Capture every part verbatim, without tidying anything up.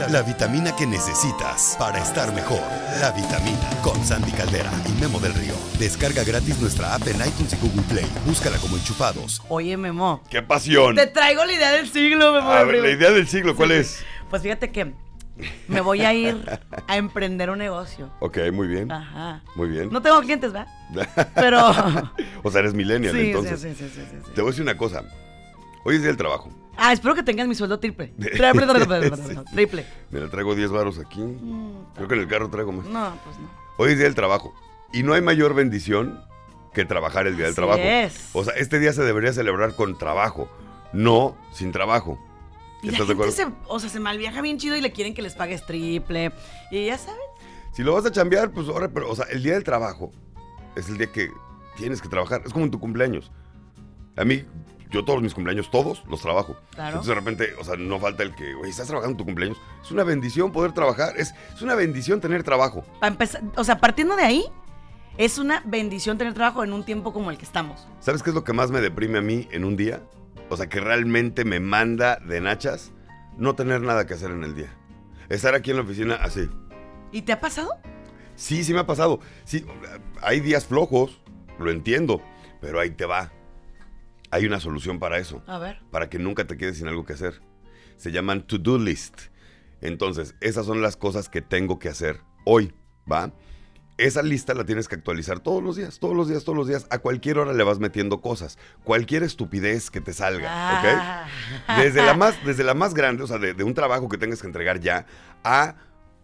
la, la vitamina que necesitas para estar mejor. La vitamina con Sandy Caldera y Memo del Río. Descarga gratis nuestra app en iTunes y Google Play. Búscala como Enchufados. Oye, Memo. ¡Qué pasión! Te traigo la idea del siglo, Memo A del ver, Río. la idea del siglo, ¿cuál Sí. es? Pues fíjate que me voy a ir a emprender un negocio. Ok, muy bien. Ajá. Muy bien. No tengo clientes, ¿verdad? Pero... O sea, eres millennial, sí, entonces. sí, sí, sí, sí, sí. Te voy a decir una cosa. Hoy es día del trabajo. Ah, espero que tengas mi sueldo triple. Triple, triple, triple, Sí. triple. Mira, traigo diez varos aquí. Mm, Creo que en el carro traigo más. No, pues no. Hoy es día del trabajo. Y no hay mayor bendición que trabajar el día del Así trabajo. es. O sea, este día se debería celebrar con trabajo, no sin trabajo. Y la ¿Estás de gente acuerdo? se, o sea, se malviaja bien chido y le quieren que les pagues triple. Y ya sabes. Si lo vas a chambear, pues ahora, pero, o sea, el día del trabajo es el día que tienes que trabajar. Es como en tu cumpleaños. A mí, yo todos mis cumpleaños, todos los trabajo. Claro. Entonces de repente, o sea, no falta el que, güey, estás trabajando en tu cumpleaños. Es una bendición poder trabajar. Es, es una bendición tener trabajo. Para empezar, o sea, partiendo de ahí, es una bendición tener trabajo en un tiempo como el que estamos. ¿Sabes qué es lo que más me deprime a mí en un día? O sea, que realmente me manda de nachas no tener nada que hacer en el día. Estar aquí en la oficina así. ¿Y te ha pasado? Sí, sí me ha pasado. Sí, hay días flojos, lo entiendo, pero ahí te va. Hay una solución para eso. A ver. Para que nunca te quedes sin algo que hacer. Se llaman to-do list. Entonces, esas son las cosas que tengo que hacer hoy, ¿va? Esa lista la tienes que actualizar todos los días, todos los días, todos los días. A cualquier hora le vas metiendo cosas. Cualquier estupidez que te salga, Ah. ¿ok? Desde la más, desde la más grande, o sea, de, de un trabajo que tengas que entregar ya, a,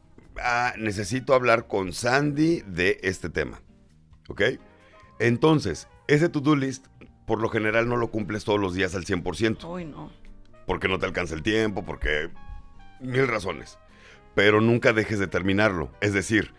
a necesito hablar con Sandy de este tema, ¿ok? Entonces, ese to-do list, por lo general no lo cumples todos los días al cien por ciento. Uy, no. Porque no te alcanza el tiempo, porque mil razones. Pero nunca dejes de terminarlo. Es decir,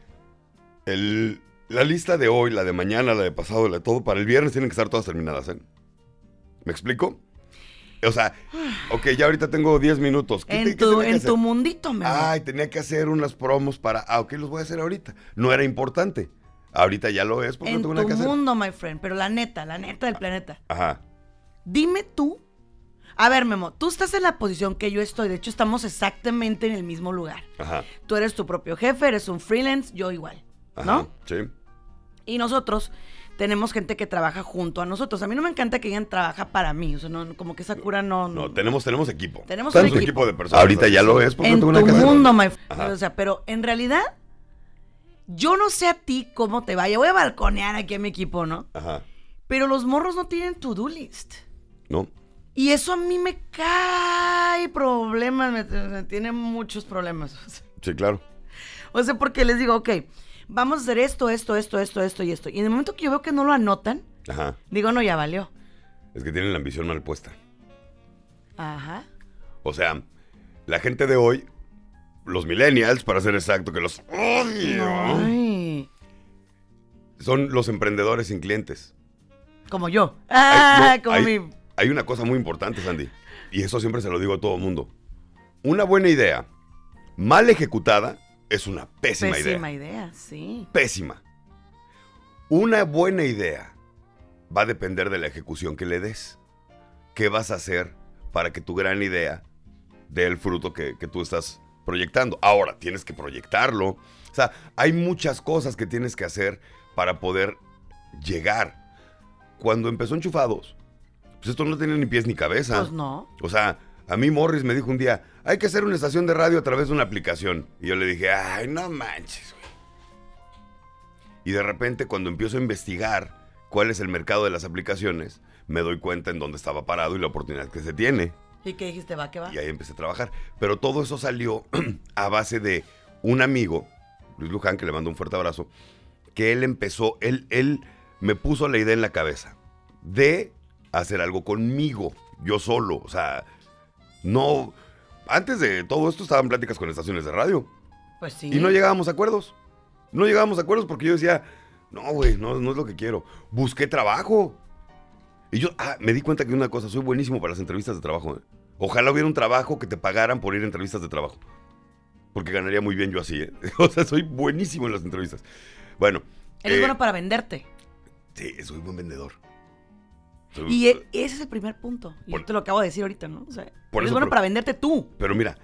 el, la lista de hoy, la de mañana, la de pasado, la de todo, para el viernes tienen que estar todas terminadas, ¿eh? ¿Me explico? O sea, ok, ya ahorita tengo diez minutos. ¿Qué, En te- qué tu, tenía que en hacer? tu mundito, Memo. Ay, tenía que hacer unas promos para... Ah, ok, los voy a hacer ahorita. No era importante. Ahorita ya lo es porque En no tengo nada tu que hacer. mundo, my friend. Pero la neta, la neta del planeta. Ajá. Dime tú. A ver, Memo, tú estás en la posición que yo estoy. De hecho, estamos exactamente en el mismo lugar. Ajá. Tú eres tu propio jefe, eres un freelance, yo igual. Ajá. ¿No? Sí. Y nosotros tenemos gente que trabaja junto a nosotros. A mí no me encanta que alguien trabaja para mí. O sea, no, como que esa cura no... No, tenemos, tenemos equipo. Tenemos Tenemos un un equipo. equipo de personas. Ahorita ya lo es porque en no tengo tu nada que hacer. mundo, my friend. Ajá. O sea, pero en realidad, yo no sé a ti cómo te vaya. Voy a balconear aquí a mi equipo, ¿no? Ajá. Pero los morros no tienen to-do list. ¿No? Y eso a mí me cae problemas, me, me tiene muchos problemas. Sí, claro. O sea, porque les digo, ok, vamos a hacer esto, esto, esto, esto, esto y esto. Y en el momento que yo veo que no lo anotan, Ajá. digo, no, ya valió. Es que tienen la ambición mal puesta. Ajá. O sea, la gente de hoy, los millennials, para ser exacto, que los odio, Ay, son los emprendedores sin clientes. como yo. Ah, Hay- no, como hay, mi... hay una cosa muy importante, Sandy, y eso siempre se lo digo a todo el mundo. Una buena idea, mal ejecutada, es una pésima, Pésima idea. idea, sí. Pésima. Una buena idea va a depender de la ejecución que le des. ¿Qué vas a hacer para que tu gran idea dé el fruto que, que tú estás proyectando? Ahora, tienes que proyectarlo. O sea, hay muchas cosas que tienes que hacer para poder llegar. Cuando empezó Enchufados, pues esto no tenía ni pies ni cabeza. Pues no. O sea, a mí Morris me dijo un día, hay que hacer una estación de radio a través de una aplicación. Y yo le dije, ay, no manches, güey. Y de repente, cuando empiezo a investigar cuál es el mercado de las aplicaciones, me doy cuenta en dónde estaba parado y la oportunidad que se tiene. ¿Y qué dijiste? ¿Va que va? Y ahí empecé a trabajar. Pero todo eso salió a base de un amigo, Luis Luján, que le mando un fuerte abrazo, que él empezó, él, él me puso la idea en la cabeza de hacer algo conmigo, yo solo. O sea, no... Antes de todo esto estaban pláticas con estaciones de radio. Pues sí. Y no llegábamos a acuerdos. No llegábamos a acuerdos porque yo decía, no, güey, no, no es lo que quiero. Busqué trabajo. Y yo, ah, me di cuenta que una cosa, soy buenísimo para las entrevistas de trabajo. ¿eh? Ojalá hubiera un trabajo que te pagaran por ir a entrevistas de trabajo. Porque ganaría muy bien yo así, ¿eh? O sea, soy buenísimo en las entrevistas. Bueno. Eres eh, bueno para venderte. Sí, soy buen vendedor. Soy- Y e- ese es el primer punto. Y Por- yo te lo acabo de decir ahorita, ¿no? O sea, Por eres eso, bueno pero- para venderte tú. Pero mira,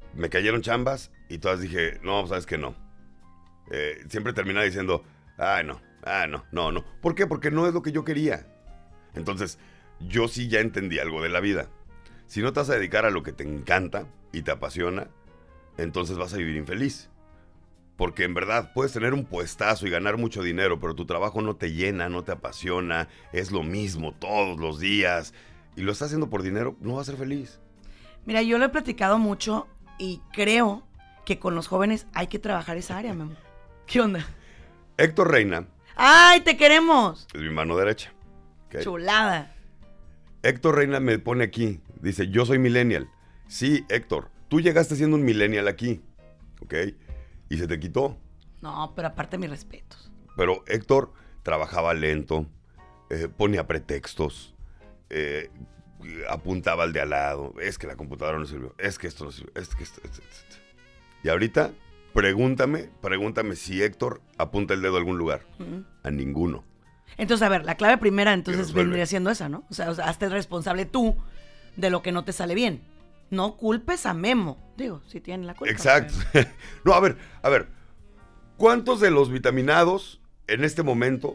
me cayeron chambas y todas dije, no, sabes que no. Eh, siempre terminaba diciendo, ay, no, ah, no, no, no. ¿Por qué? Porque no es lo que yo quería. Entonces, yo sí ya entendí algo de la vida. Si no te vas a dedicar a lo que te encanta y te apasiona, entonces vas a vivir infeliz. Porque en verdad puedes tener un puestazo y ganar mucho dinero, pero tu trabajo no te llena, no te apasiona, es lo mismo todos los días, y lo estás haciendo por dinero, no vas a ser feliz. Mira, yo lo he platicado mucho y creo que con los jóvenes hay que trabajar esa área, Memo. ¿Qué onda? Héctor Reina ¡Ay, te queremos! es mi mano derecha. ¿Okay? Chulada. Héctor Reina me pone aquí, dice, yo soy millennial. Sí, Héctor, tú llegaste siendo un millennial aquí, ¿ok? Y se te quitó. No, pero aparte mis respetos. Pero Héctor trabajaba lento, eh, ponía pretextos, eh, apuntaba al de al lado. Es que la computadora no sirvió, es que esto no sirvió, es que esto... esto, esto. Y ahorita, pregúntame, pregúntame si Héctor apunta el dedo a algún lugar. Uh-huh. A ninguno. Entonces, a ver, la clave primera entonces vendría siendo esa, ¿no? O sea, o sea, hazte responsable tú de lo que no te sale bien. No culpes a Memo. Digo, si tiene la culpa. Exacto. Pero... No, a ver, a ver. ¿Cuántos de los vitaminados en este momento?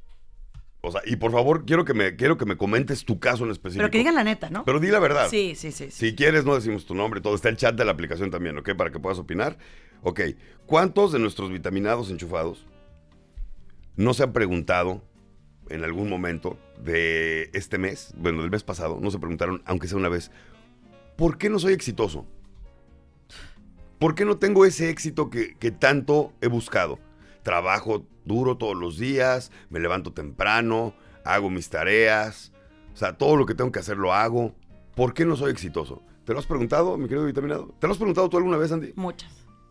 O sea, y por favor, quiero que me, quiero que me comentes tu caso en específico. Pero que digan la neta, ¿no? Pero di la verdad. Sí, sí, sí. sí. Si quieres, no decimos tu nombre, todo. Está el chat de la aplicación también, ¿ok? Para que puedas opinar. Ok. ¿Cuántos de nuestros vitaminados enchufados no se han preguntado en algún momento de este mes, bueno, del mes pasado, no se preguntaron, aunque sea una vez, ¿por qué no soy exitoso? ¿Por qué no tengo ese éxito que, que tanto he buscado? Trabajo duro todos los días, me levanto temprano, hago mis tareas, o sea, todo lo que tengo que hacer lo hago. ¿Por qué no soy exitoso? ¿Te lo has preguntado, mi querido vitaminado? ¿Te lo has preguntado tú alguna vez, Andy? Muchas.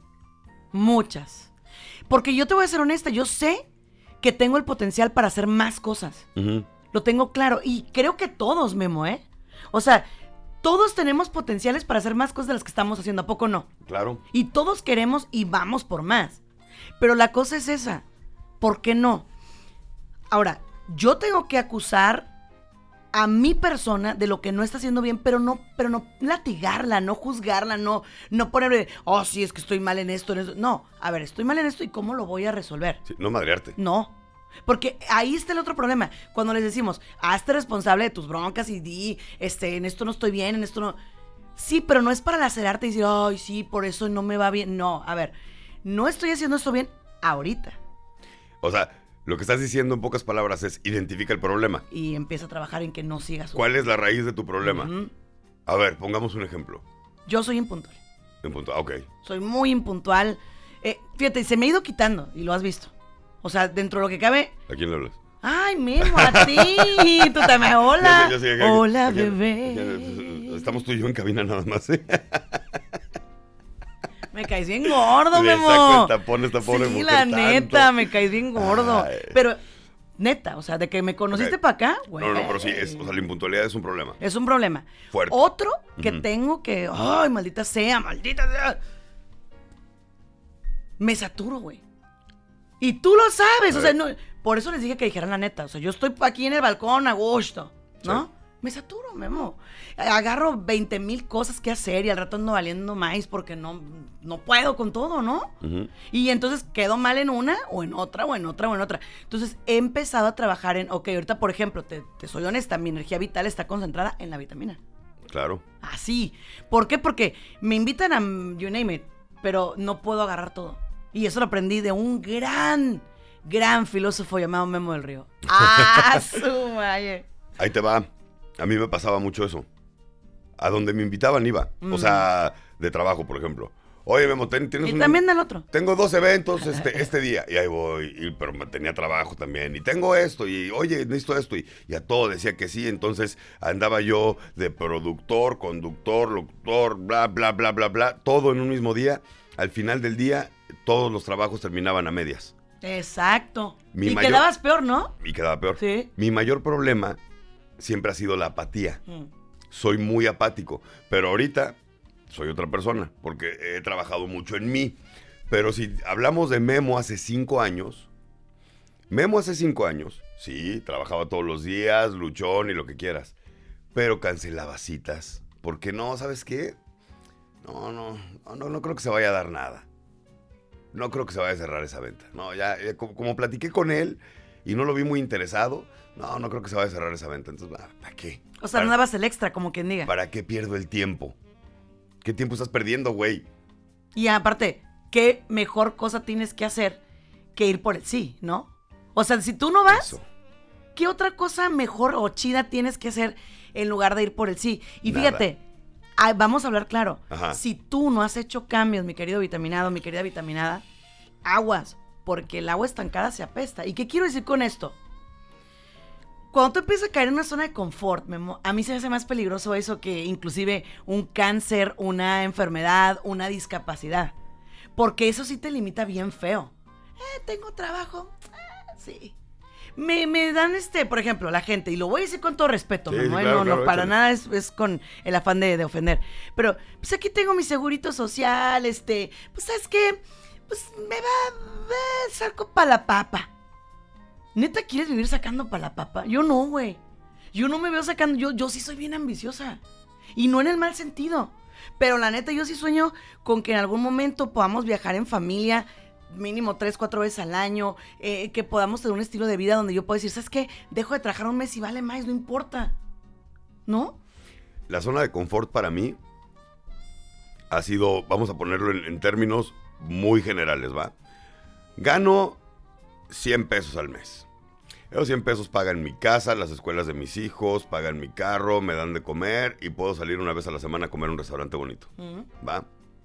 Muchas. Porque yo te voy a ser honesta, yo sé que tengo el potencial para hacer más cosas. Uh-huh. Lo tengo claro. Y creo que todos, Memo, ¿eh? O sea, todos tenemos potenciales para hacer más cosas de las que estamos haciendo. ¿A poco no? Claro. Y todos queremos y vamos por más. Pero la cosa es esa. ¿Por qué no? Ahora, yo tengo que acusar a mi persona de lo que no está haciendo bien, pero no, pero no latigarla, no juzgarla, no, no ponerle, oh, sí, es que estoy mal en esto, en esto. No, a ver, estoy mal en esto y ¿cómo lo voy a resolver? Sí, no madrearte. No, porque ahí está el otro problema. Cuando les decimos, hazte responsable de tus broncas y di, este, en esto no estoy bien, en esto no... Sí, pero no es para lacerarte y decir, ay, sí, por eso no me va bien. No, a ver, no estoy haciendo esto bien ahorita. O sea... Lo que estás diciendo en pocas palabras es identifica el problema. Y empieza a trabajar en que no sigas. ¿Cuál es la raíz de tu problema? Uh-huh. A ver, pongamos un ejemplo. Yo soy impuntual. Impuntual, ok. Soy muy impuntual. Eh, fíjate, se me ha ido quitando y lo has visto. O sea, dentro de lo que cabe... ¿A quién le hablas? Ay, Memo, a ti. Tú también, hola. Yo sé, yo sé, aquí, hola, aquí, bebé. Aquí, estamos tú y yo en cabina nada más, ¿eh? Me caes bien gordo, Le Memo. saco el tapón esta pobre sí, mujer la tanto. neta, me caes bien gordo. Ay. Pero, neta, o sea, de que me conociste Okay. para acá, güey. No, no, pero sí, es, o sea, la impuntualidad es un problema. Es un problema. Fuerte. Otro que Uh-huh. tengo que, ay, maldita sea, maldita sea. Me saturo, güey. Y tú lo sabes, o sea, no, por eso les dije que dijeran la neta. O sea, yo estoy aquí en el balcón a gusto, ¿no? Sí. Me saturo, Memo. Agarro veinte mil cosas que hacer y al rato ando valiendo más porque no, no puedo con todo, ¿no? Uh-huh. Y entonces quedo mal en una o en otra o en otra o en otra. Entonces he empezado a trabajar en, ok, ahorita por ejemplo, te, te soy honesta, mi energía vital está concentrada en la vitamina. Claro. Así. ¿Por qué? Porque me invitan a you name it, pero no puedo agarrar todo. Y eso lo aprendí de un gran, gran filósofo llamado Memo del Río. ¡Ah, su madre! Ahí te va. A mí me pasaba mucho eso. A donde me invitaban iba. Mm. O sea, de trabajo, por ejemplo. Oye, Memo, ten, tienes y un... Y también del otro. Tengo dos eventos este, este día. Y ahí voy. Y, pero tenía trabajo también. Y tengo esto. Y, oye, necesito esto. Y, y a todo decía que sí. Entonces andaba yo de productor, conductor, locutor, bla, bla, bla, bla, bla. Todo en un mismo día. Al final del día, todos los trabajos terminaban a medias. Exacto. Mi y mayor... quedabas peor, ¿no? Y quedaba peor. Sí. Mi mayor problema siempre ha sido la apatía. Mm. Soy muy apático, pero ahorita soy otra persona, porque he trabajado mucho en mí. Pero si hablamos de Memo hace cinco años, Memo hace cinco años, sí, trabajaba todos los días, luchón y lo que quieras, pero cancelaba citas, porque no, ¿sabes qué? no, no, no, no, no creo que se vaya a dar nada. No creo que se vaya a cerrar esa venta. No, ya, ya como, como platiqué con él y no lo vi muy interesado, no, no creo que se vaya a cerrar esa venta. Entonces, ¿para qué? O sea, ¿Para, no dabas el extra, como quien diga. ¿Para qué pierdo el tiempo? ¿Qué tiempo estás perdiendo, güey? Y aparte, ¿qué mejor cosa tienes que hacer que ir por el sí, no? O sea, si tú no vas, Eso. ¿qué otra cosa mejor o chida tienes que hacer en lugar de ir por el sí? Y Nada. fíjate, ay, vamos a hablar claro. Ajá. Si tú no has hecho cambios, mi querido vitaminado, mi querida vitaminada, aguas, porque el agua estancada se apesta. ¿Y qué quiero decir con esto? Cuando tú empiezas a caer en una zona de confort, Memo, a mí se me hace más peligroso eso que inclusive un cáncer, una enfermedad, una discapacidad. Porque eso sí te limita bien feo. Eh, tengo trabajo. Eh, sí. Me, me dan este, por ejemplo, la gente, y lo voy a decir con todo respeto, Sí, Memo, sí, eh, claro, no, claro, no, para échale. nada es, es con el afán de, de ofender. Pero, pues aquí tengo mi segurito social, este, pues, ¿sabes qué? Pues me va, eh, saco para la papa. ¿Neta quieres vivir sacando para la papa? Yo no, güey. Yo no me veo sacando, yo, yo sí soy bien ambiciosa. Y no en el mal sentido. Pero la neta, yo sí sueño con que en algún momento podamos viajar en familia, mínimo tres, cuatro veces al año, eh, que podamos tener un estilo de vida donde yo pueda decir, ¿sabes qué? Dejo de trabajar un mes y vale más, no importa. ¿No? La zona de confort para mí ha sido, vamos a ponerlo en, en términos muy generales, ¿va? Gano cien pesos al mes. Esos cien pesos pagan mi casa, las escuelas de mis hijos, pagan mi carro, me dan de comer y puedo salir una vez a la semana a comer en un restaurante bonito, Mm. ¿va?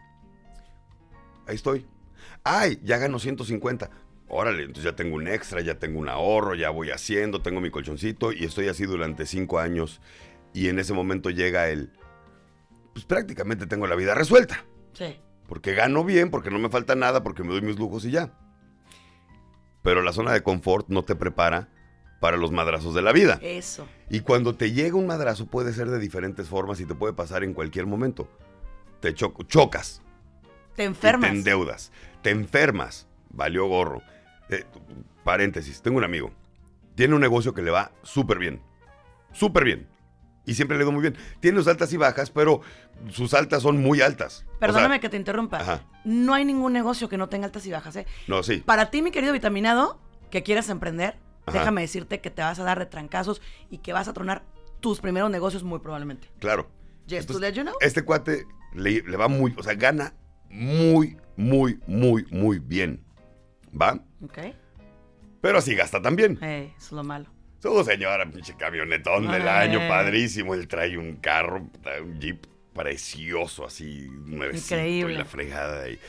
Ahí estoy. ¡Ay! Ya gano ciento cincuenta. Órale, entonces ya tengo un extra, ya tengo un ahorro, ya voy haciendo, tengo mi colchoncito y estoy así durante cinco años. Y en ese momento llega el... Pues prácticamente tengo la vida resuelta. Sí. Porque gano bien, porque no me falta nada, porque me doy mis lujos y ya. Pero la zona de confort no te prepara para los madrazos de la vida. Eso. Y cuando te llega un madrazo puede ser de diferentes formas y te puede pasar en cualquier momento. Te cho- chocas. Te Y enfermas. te endeudas. Te enfermas. Valió gorro. Eh, paréntesis, tengo un amigo. Tiene un negocio que le va súper bien. Súper bien. Y siempre le va muy bien. Tiene sus altas y bajas, pero sus altas son muy altas. Perdóname O sea, que te interrumpa. ajá. No hay ningún negocio que no tenga altas y bajas, ¿eh? No, sí. Para ti, mi querido vitaminado, que quieras emprender, Ajá. déjame decirte que te vas a dar de trancazos y que vas a tronar tus primeros negocios muy probablemente. Claro. Yes, to Entonces, let you know. Este cuate le, le va muy, o sea, gana muy, muy, muy, muy bien. ¿Va? Ok. Pero así gasta también. Eh, eso es lo malo. Su señora, pinche camionetón del Ay. año, padrísimo. Él trae un carro, un Jeep precioso, así, nuevecito. Increíble. Y la fregada. Y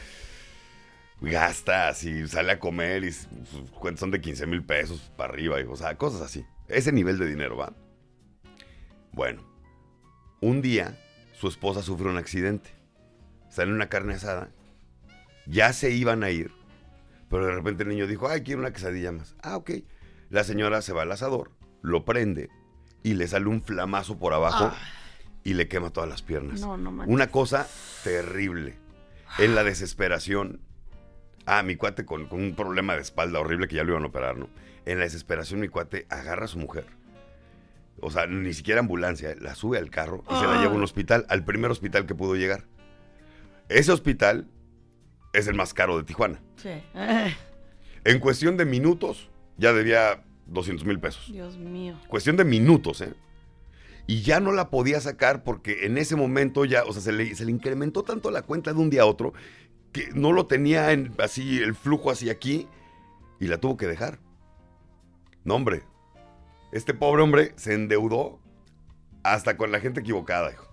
gasta así, sale a comer y sus cuentas son de quince mil pesos para arriba. Y, o sea, cosas así. Ese nivel de dinero, ¿va? Bueno, un día su esposa sufre un accidente. Sale una carne asada. Ya se iban a ir. Pero de repente el niño dijo, ay, quiero una quesadilla más. Ah, ok. La señora se va al asador, lo prende y le sale un flamazo por abajo Ah. y le quema todas las piernas. No, no manches. Una cosa terrible. En la desesperación. Ah, mi cuate con, con un problema de espalda horrible que ya lo iban a operar, ¿no? En la desesperación mi cuate agarra a su mujer. O sea, ni siquiera ambulancia, ¿eh? La sube al carro y se la Ah. lleva a un hospital, al primer hospital que pudo llegar. Ese hospital es el más caro de Tijuana. Sí. Eh, En cuestión de minutos, ya debía doscientos mil pesos. Dios mío. Cuestión de minutos, ¿eh? Y ya no la podía sacar porque en ese momento ya, o sea, se le, se le incrementó tanto la cuenta de un día a otro que no lo tenía en, así, el flujo hacia aquí y la tuvo que dejar. No, hombre. Este pobre hombre se endeudó hasta con la gente equivocada, hijo.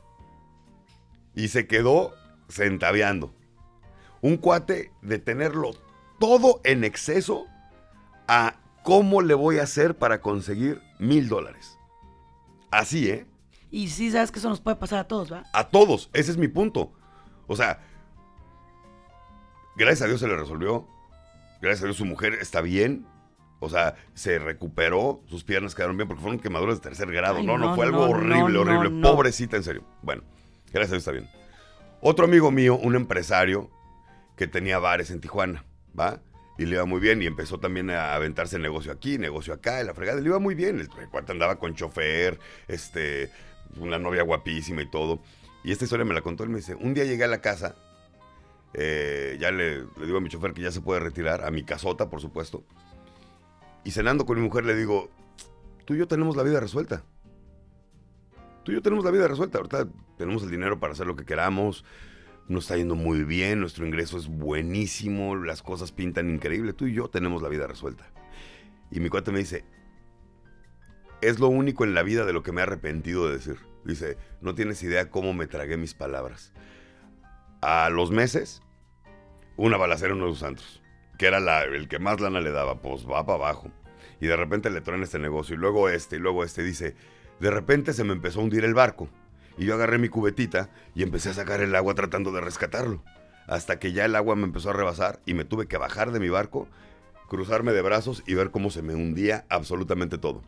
Y se quedó centaveando. Un cuate de tenerlo todo en exceso a cómo le voy a hacer para conseguir mil dólares. Así, ¿eh? Y sí, sabes que eso nos puede pasar a todos, ¿va? A todos. Ese es mi punto. O sea, gracias a Dios se le resolvió. Gracias a Dios su mujer está bien. O sea, se recuperó. Sus piernas quedaron bien porque fueron quemaduras de tercer grado. Ay, no, no, no, fue algo no, horrible, no, horrible. no, no. Pobrecita, en serio. Bueno, gracias a Dios está bien. Otro amigo mío, un empresario que tenía bares en Tijuana, ¿va? Y le iba muy bien y empezó también a aventarse negocio aquí, negocio acá, en la fregada. Le iba muy bien. El cuate andaba con chofer, este, una novia guapísima y todo. Y esta historia me la contó él, me dice, un día llegué a la casa, eh, ya le, le digo a mi chofer que ya se puede retirar, a mi casota, por supuesto. Y cenando con mi mujer le digo, tú y yo tenemos la vida resuelta. Tú y yo tenemos la vida resuelta. Ahorita tenemos el dinero para hacer lo que queramos. Nos está yendo muy bien. Nuestro ingreso es buenísimo. Las cosas pintan increíble. Tú y yo tenemos la vida resuelta. Y mi cuate me dice, es lo único en la vida de lo que me he arrepentido de decir. Dice, no tienes idea cómo me tragué mis palabras. A los meses, una balacera en Nuevos Santos, que era la, el que más lana le daba, pues va para abajo. Y de repente le truena este negocio, y luego este, y luego este. Dice, de repente se me empezó a hundir el barco. Y yo agarré mi cubetita y empecé a sacar el agua tratando de rescatarlo. Hasta que ya el agua me empezó a rebasar y me tuve que bajar de mi barco, cruzarme de brazos y ver cómo se me hundía absolutamente todo.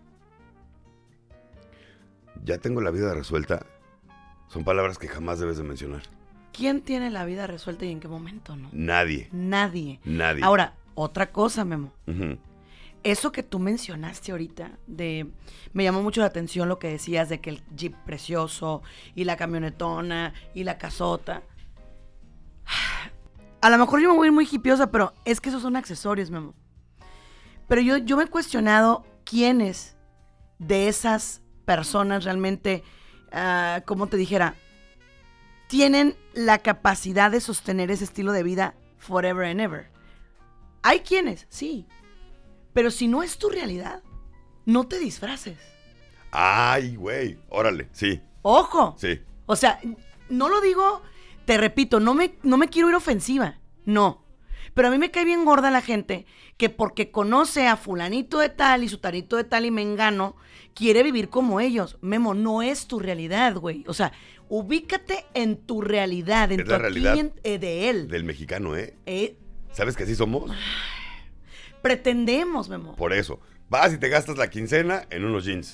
Ya tengo la vida resuelta. Son palabras que jamás debes de mencionar. ¿Quién tiene la vida resuelta y en qué momento, no? Nadie. Nadie. Nadie. Ahora, otra cosa, Memo. Uh-huh. Eso que tú mencionaste ahorita, de me llamó mucho la atención lo que decías de que el Jeep precioso y la camionetona y la casota. A lo mejor yo me voy a ir muy hipiosa, pero es que esos son accesorios, Memo. Pero yo, yo me he cuestionado quiénes de esas personas realmente, uh, como te dijera, tienen la capacidad de sostener ese estilo de vida forever and ever. Hay quienes, sí. Pero si no es tu realidad, no te disfraces. Ay, güey, órale, sí. ¡Ojo! Sí. O sea, no lo digo, te repito, no me, no me quiero ir ofensiva, no. Pero a mí me cae bien gorda la gente que porque conoce a fulanito de tal y sutanito de tal y mengano, quiere vivir como ellos. Memo, no es tu realidad, güey. O sea, ubícate en tu realidad, en es tu la realidad aquí, en, eh, de él. Del mexicano, ¿eh? eh ¿Sabes que así somos? Pretendemos, Memo. Por eso. Vas y te gastas la quincena en unos jeans.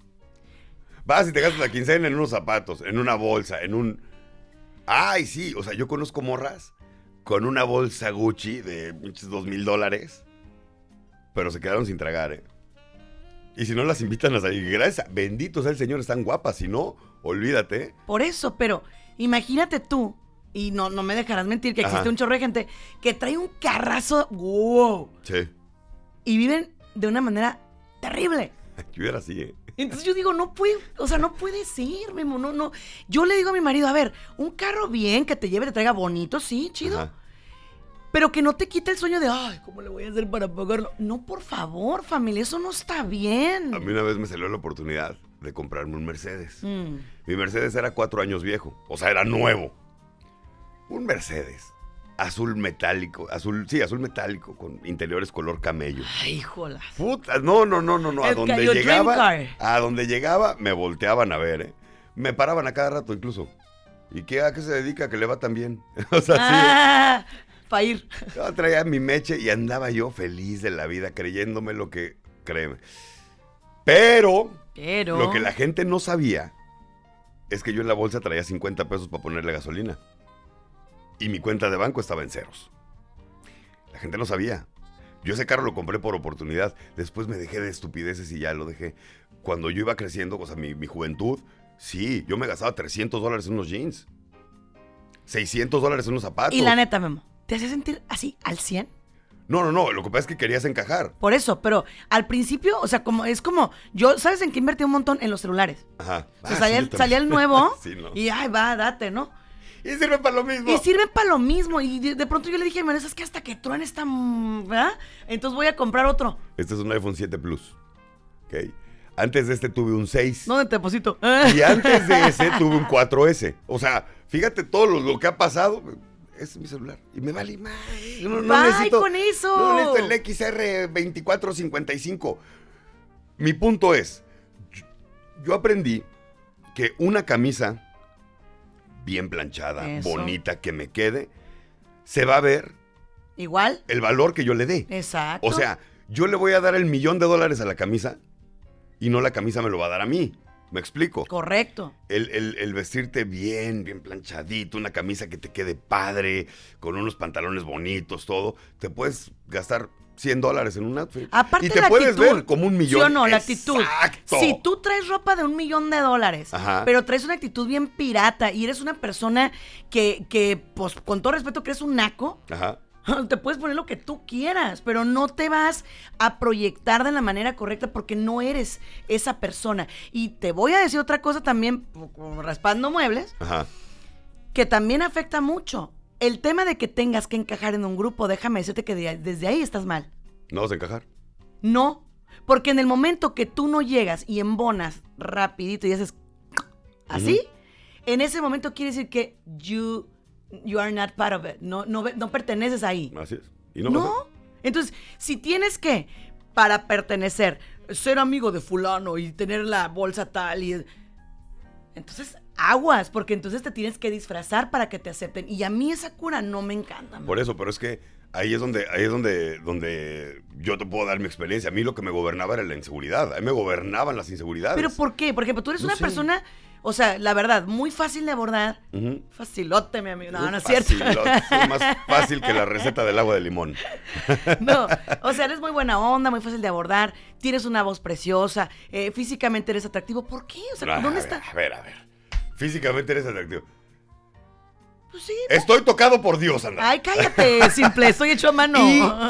Vas y te gastas la quincena en unos zapatos, en una bolsa, en un... Ay, sí. O sea, yo conozco morras con una bolsa Gucci de muchos dos mil dólares, pero se quedaron sin tragar, ¿eh? Y si no las invitan a salir, gracias, bendito sea el Señor, están guapas. Si no, olvídate. Por eso, pero imagínate tú, y no, no me dejarás mentir que existe Ajá. un chorro de gente que trae un carrazo, wow, Sí. y viven de una manera terrible. Yo era así, ¿eh? Entonces yo digo, no puede, o sea, no puede ser, Memo, no, no. Yo le digo a mi marido, a ver, un carro bien, que te lleve, te traiga bonito, sí, chido. Ajá. Pero que no te quite el sueño de, ay, ¿cómo le voy a hacer para pagarlo? No, por favor, familia, eso no está bien. A mí una vez me salió la oportunidad de comprarme un Mercedes. Mm. Mi Mercedes era cuatro años viejo, o sea, era nuevo. Un Mercedes, azul metálico, azul, sí, azul metálico, con interiores color camello. Ay, jolas. Puta, no, no, no, no, no, a El donde Cayo Dream llegaba, Car. a donde llegaba, me volteaban a ver, ¿eh? Me paraban a cada rato incluso. ¿Y qué, a qué se dedica que le va tan bien? O sea, Ah, para ir. sí, yo traía mi meche y andaba yo feliz de la vida, creyéndome lo que, créeme. Pero, Pero... lo que la gente no sabía es que yo en la bolsa traía cincuenta pesos para ponerle gasolina. Y mi cuenta de banco estaba en ceros. La gente no sabía. Yo ese carro lo compré por oportunidad. Después me dejé de estupideces y ya lo dejé. Cuando yo iba creciendo, o sea, mi, mi juventud, sí, yo me gastaba trescientos dólares en unos jeans. seiscientos dólares en unos zapatos. Y la neta, Memo, ¿te hacía sentir así al cien? No, no, no. Lo que pasa es que querías encajar. Por eso, pero al principio, o sea, como es como, yo, ¿sabes en qué invertí un montón? En los celulares. Ajá. O sea, Ah, salía, sí, el, yo salía el también. nuevo Sí, no. y, ay, va, date, ¿no? Y sirve para lo mismo. Y sirven para lo mismo. Y de, de pronto yo le dije, es que hasta que truene esta, mm, ¿verdad? Entonces voy a comprar otro. Este es un iPhone siete Plus. ¿Ok? Antes de este tuve un seis. ¿Dónde te deposito? Y antes de ese tuve un cuatro ese. O sea, fíjate todo lo, lo que ha pasado. Es mi celular. Y me vale más. No, no Bye necesito, con eso. No necesito el X R veinticuatro cincuenta y cinco. Mi punto es, yo, yo aprendí que una camisa bien planchada, Eso. bonita, que me quede, se va a ver Igual. el valor que yo le dé. Exacto. O sea, yo le voy a dar el millón de dólares a la camisa y no la camisa me lo va a dar a mí. ¿Me explico? Correcto. El, el, el vestirte bien, bien planchadito, una camisa que te quede padre, con unos pantalones bonitos, todo. Te puedes gastar cien dólares en un outfit. Aparte y te la puedes actitud, ver como un millón. ¿sí o no? La actitud. Exacto. Si tú traes ropa de un millón de dólares, Ajá. pero traes una actitud bien pirata y eres una persona que, que, pues, con todo respeto, que eres un naco, Ajá. te puedes poner lo que tú quieras, pero no te vas a proyectar de la manera correcta porque no eres esa persona. Y te voy a decir otra cosa también, como raspando muebles, Ajá. que también afecta mucho. El tema de que tengas que encajar en un grupo, déjame decirte que de- desde ahí estás mal. No vas a encajar. No, porque en el momento que tú no llegas y embonas rapidito y haces así, uh-huh. en ese momento quiere decir que you, you are not part of it, no, no, no perteneces ahí. Así es. ¿Y no? No, entonces, si tienes que, para pertenecer, ser amigo de fulano y tener la bolsa tal y... Entonces, aguas, porque entonces te tienes que disfrazar para que te acepten. Y a mí esa cura no me encanta. Por eso, pero es que ahí es donde, ahí es donde, donde yo te puedo dar mi experiencia. A mí lo que me gobernaba era la inseguridad. A mí me gobernaban las inseguridades. ¿Pero por qué? Porque tú eres No una sé. persona, o sea, la verdad, muy fácil de abordar. Uh-huh. Facilote, mi amigo. No, Muy no es cierto. facilote, soy más fácil que la receta del agua de limón. No, o sea, eres muy buena onda, muy fácil de abordar. Tienes una voz preciosa. Eh, físicamente eres atractivo. ¿Por qué? O sea, A ¿dónde ver, está? A ver, a ver. Físicamente eres atractivo. Pues sí. Estoy tocado por Dios, anda. Ay, cállate, simple, estoy hecho a mano.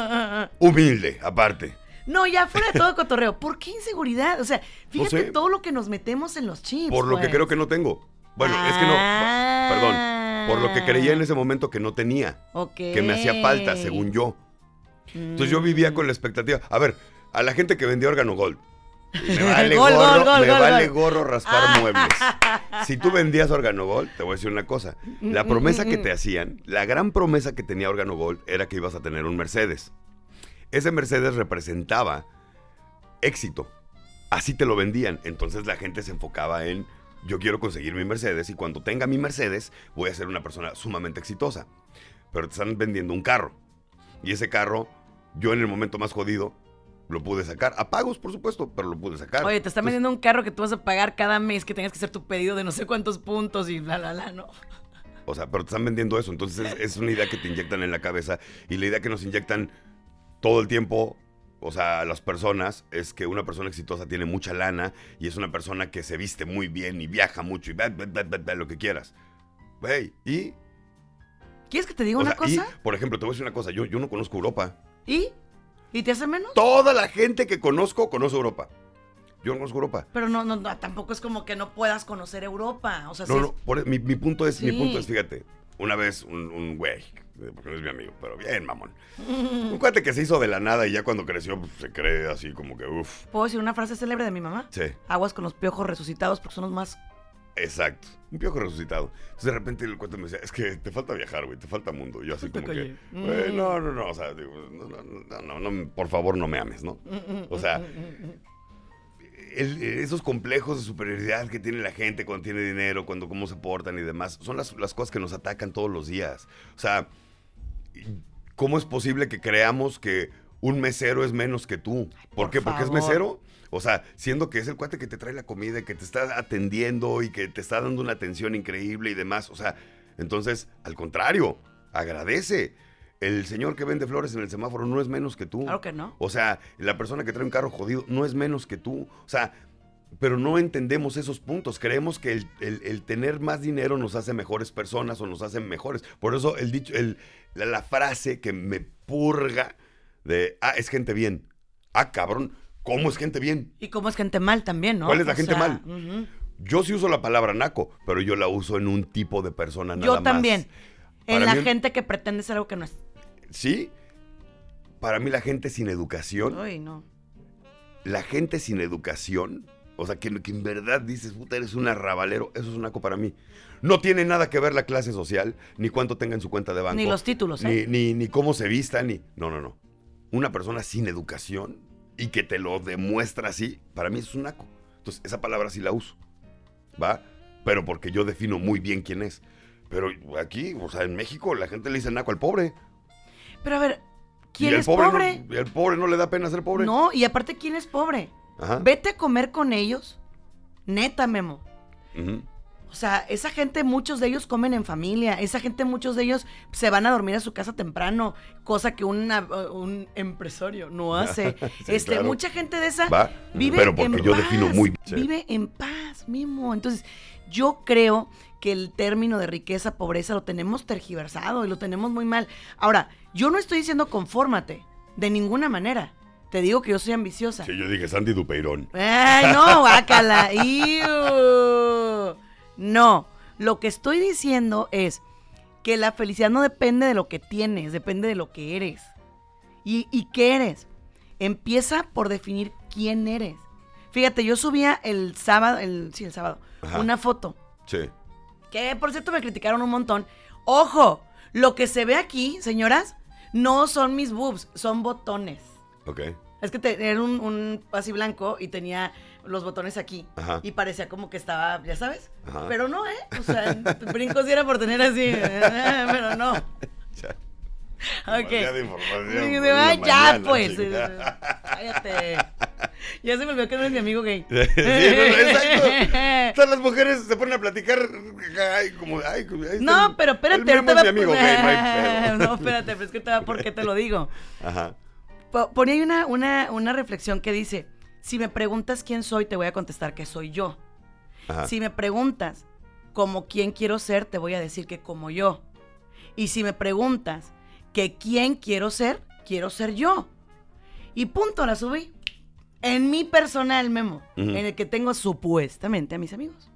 Y humilde, aparte. No, ya fuera de todo cotorreo. ¿Por qué inseguridad? O sea, fíjate No sé. todo lo que nos metemos en los chips. Por lo pues. que creo que no tengo. Bueno, es que no. Ah. Perdón. Por lo que creía en ese momento que no tenía. Ok. Que me hacía falta, según yo. Entonces yo vivía con la expectativa. A ver, a la gente que vendía órgano gold. Me vale Gol, gorro, gol, gol, me gol, vale gol. gorro raspar muebles. Si tú vendías órgano gold, te voy a decir una cosa. La promesa que te hacían, la gran promesa que tenía órgano gold era que ibas a tener un Mercedes. Ese Mercedes representaba éxito. Así te lo vendían. Entonces la gente se enfocaba en, yo quiero conseguir mi Mercedes y cuando tenga mi Mercedes voy a ser una persona sumamente exitosa. Pero te están vendiendo un carro. Y ese carro, yo en el momento más jodido, lo pude sacar. A pagos, por supuesto, pero lo pude sacar. Oye, te están Entonces, vendiendo un carro que tú vas a pagar cada mes, que tengas que hacer tu pedido de no sé cuántos puntos y bla, bla, bla, no. O sea, pero te están vendiendo eso. Entonces es, es una idea que te inyectan en la cabeza. Y la idea que nos inyectan todo el tiempo, o sea, a las personas, es que una persona exitosa tiene mucha lana y es una persona que se viste muy bien y viaja mucho y bla, bla, bla, bla, bla, lo que quieras. Güey, y... ¿Quieres que te diga o una sea, cosa? y, por ejemplo, te voy a decir una cosa. Yo, yo no conozco Europa. ¿Y? ¿Y te hace menos? Toda la gente que conozco, conoce Europa. Yo no conozco Europa. Pero no, no, no, tampoco es como que no puedas conocer Europa. O sea, No, sí no, es- por- mi, mi punto es, mi Sí. punto es, fíjate, una vez un, un güey, porque no es mi amigo, pero bien mamón. Un cuate que se hizo de la nada y ya cuando creció pues, se cree así como que uff. ¿Puedo decir una frase célebre de mi mamá? Sí, Aguas con los piojos resucitados porque son los más... exacto. Un piojo resucitado. Entonces de repente el cuate me decía, es que te falta viajar, güey, te falta mundo. Yo así Te como que, callé. güey, Mm. no, no, no, o sea, digo, no, no, no, no, no, por favor no me ames, ¿no? O sea, el- esos complejos de superioridad que tiene la gente cuando tiene dinero, cuando cómo se portan y demás, son las, las cosas que nos atacan todos los días. O sea, ¿cómo es posible que creamos que un mesero es menos que tú? ¿Por, por qué? Porque es favor. mesero. O sea, siendo que es el cuate que te trae la comida, y que te está atendiendo y que te está dando una atención increíble y demás. O sea, entonces, al contrario, agradece. El señor que vende flores en el semáforo no es menos que tú. Claro que no. O sea, la persona que trae un carro jodido no es menos que tú. O sea, pero no entendemos esos puntos. Creemos que el, el- el tener más dinero nos hace mejores personas o nos hace mejores. Por eso el dicho, el, la, la frase que me purga de, ah, es gente bien. Ah, cabrón, ¿cómo es gente bien? Y cómo es gente mal también, ¿no? ¿Cuál es la O gente sea, mal? ujú. Yo sí uso la palabra naco, pero yo la uso en un tipo de persona nada Yo más. también. En Para la mí un- gente que pretende ser algo que no es. ¿Sí? Para mí la gente sin educación... Uy, no. La gente sin educación, o sea, que, que en verdad dices, puta, eres un arrabalero, eso es un naco para mí. No tiene nada que ver la clase social, ni cuánto tenga en su cuenta de banco. Ni los títulos, ni, ¿eh? ni, ni cómo se vista, ni... No, no, no. Una persona sin educación y que te lo demuestra así, para mí es un naco. Entonces, esa palabra sí la uso, ¿va? Pero porque yo defino muy bien quién es. Pero aquí, o sea, en México, la gente le dice naco al pobre. Pero a ver, ¿quién Y el es pobre? No, y el pobre no le da pena ser pobre. No, y aparte, ¿quién es pobre? Ajá. Vete a comer con ellos. Neta, Memo. Ujú. O O sea, esa gente, muchos de ellos comen en familia. Esa gente, muchos de ellos se van a dormir a su casa temprano. Cosa que una, un empresario no hace. Sí, este, claro. Mucha gente de esa Va, vive pero porque en yo paz. defino muy- sí. Vive en paz, Memo. Entonces, yo creo que el término de riqueza, pobreza, lo tenemos tergiversado y lo tenemos muy mal. Ahora, yo no estoy diciendo confórmate. De ninguna manera. Te digo que yo soy ambiciosa. Sí, yo dije Sandy Dupeirón. Ay, no, guácala. Iu. No, lo que estoy diciendo es que la felicidad no depende de lo que tienes, depende de lo que eres. ¿Y, y qué eres? Empieza por definir quién eres. Fíjate, yo subía el sábado, el, sí, el sábado, Ajá. una foto, Sí. que por cierto me criticaron un montón. ¡Ojo! Lo que se ve aquí, señoras, no son mis boobs, son botones. Ok. Es que te- era un, un así blanco y tenía los botones aquí. Ajá. Y parecía como que estaba, ya sabes. Ajá. Pero no, ¿eh? O sea, brincos sí era por tener así. eh, Pero no. Ya. Ok. Demasiada información Sí, por de- una ah, ya, mañana, pues. chica. Cállate. Ya se me olvidó que no eres mi amigo gay. Sí, no, no, exacto. Todas las mujeres se ponen a platicar. Ay, como, ay, como, ahí está No, el- pero espérate. el Memo ahorita es mi va- amigo gay, no hay pedo. No, espérate, pero es que te va por qué te lo digo. Ajá. Po- Ponía ahí una, una, una reflexión que dice, si me preguntas quién soy, te voy a contestar que soy yo. Ajá. Si me preguntas como quién quiero ser, te voy a decir que como yo. Y si me preguntas que quién quiero ser, quiero ser yo. Y punto, la subí. En mi personal, Memo, Ujú. en el que tengo supuestamente a mis amigos.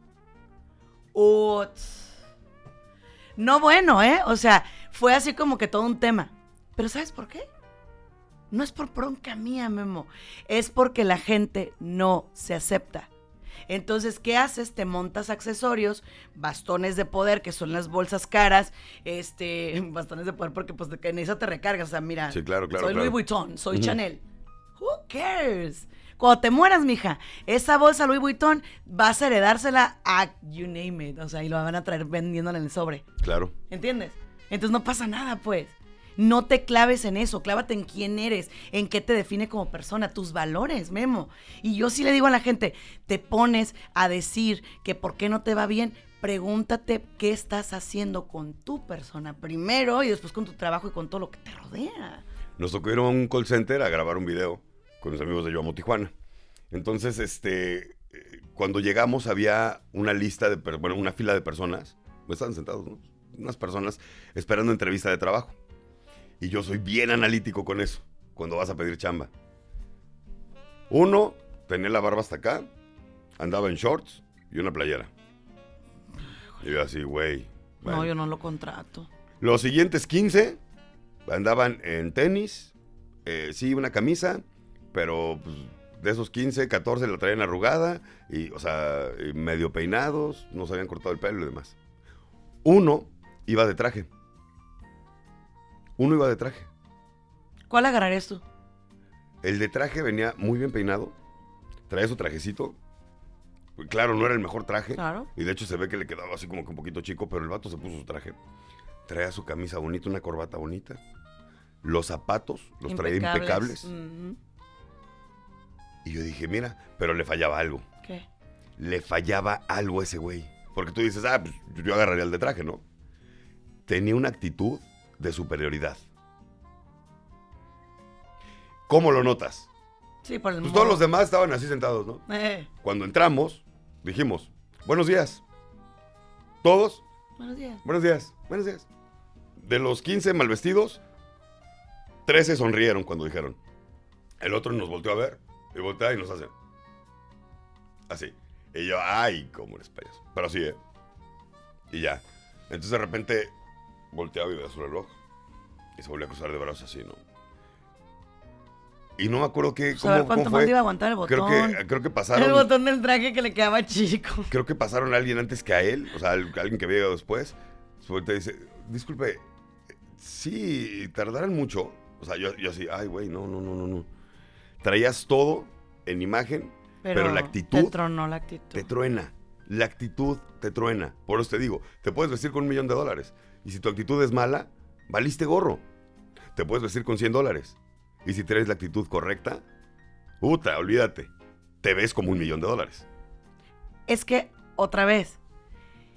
Uts. No bueno, ¿eh? O sea, fue así como que todo un tema. Pero ¿sabes por qué? No es por bronca mía, Memo. Es porque la gente no se acepta. Entonces, ¿qué haces? Te montas accesorios, bastones de poder, que son las bolsas caras, este, bastones de poder porque pues en esa te recargas. O sea, mira, Sí, claro, claro, soy claro. Louis Vuitton, soy Ujú. Chanel. Who cares? Cuando te mueras, mija, esa bolsa Louis Vuitton vas a heredársela a you name it. O sea, y lo van a traer vendiéndola en el sobre. Claro. ¿Entiendes? Entonces no pasa nada, pues. No te claves en eso, clávate en quién eres, en qué te define como persona, tus valores, Memo. Y yo sí le digo a la gente, te pones a decir que por qué no te va bien, pregúntate qué estás haciendo con tu persona primero y después con tu trabajo y con todo lo que te rodea. Nos tocó ir a un call center a grabar un video con los amigos de Yo Amo Tijuana. Entonces, este, eh, cuando llegamos había una lista de, per- bueno, una fila de personas, estaban sentados, ¿no? Unas personas esperando entrevista de trabajo. Y yo soy bien analítico con eso, cuando vas a pedir chamba. Uno, tenía la barba hasta acá, andaba en shorts y una playera. Y yo así, güey. bueno. No, yo no lo contrato. Los siguientes quince andaban en tenis, eh, sí, una camisa, pero pues, de esos quince, catorce la traían arrugada, y, o sea, y medio peinados, no se habían cortado el pelo y demás. Uno iba de traje. Uno iba de traje. ¿Cuál agarrarías tú? El de traje venía muy bien peinado, traía su trajecito. Claro, no era el mejor traje. Claro. Y de hecho se ve que le quedaba así como que un poquito chico, pero el vato se puso su traje. Traía su camisa bonita, una corbata bonita. Los zapatos los traía impecables. Ujú. Y yo dije, mira, pero le fallaba algo. ¿Qué? Le fallaba algo a ese güey. Porque tú dices, ah, pues yo agarraría el de traje, ¿no? Tenía una actitud de superioridad. ¿Cómo lo notas? Sí, por el Pues modo. todos los demás estaban así sentados, ¿no? Eh, Cuando entramos, dijimos, buenos días. Todos, buenos días. buenos días, buenos días. De los quince mal vestidos, trece sonrieron cuando dijeron. El otro nos volteó a ver y voltea y nos hace así. Y yo, ay, cómo eres payaso. Pero así, ¿eh? Y ya. Entonces de repente volteaba y veía su reloj y se volvió a cruzar de brazos así, ¿no? Y no me acuerdo qué, Pues a ver cómo, cuánto cómo más fue. le iba a aguantar el botón. Creo que, creo que pasaron. El botón del traje que le quedaba chico. Creo que pasaron a alguien antes que a él, o sea, al- alguien que había llegado después. Suelta y dice, disculpe, sí, tardaron mucho. O sea, yo, yo así, ay, güey, no, no, no, no, no. Traías todo en imagen, pero, la actitud Te tronó la actitud. te truena. La actitud te truena. Por eso te digo, te puedes vestir con un millón de dólares. Y si tu actitud es mala, valiste gorro. Te puedes vestir con cien dólares. Y si traes la actitud correcta, puta, olvídate. Te ves como un millón de dólares. Es que, otra vez,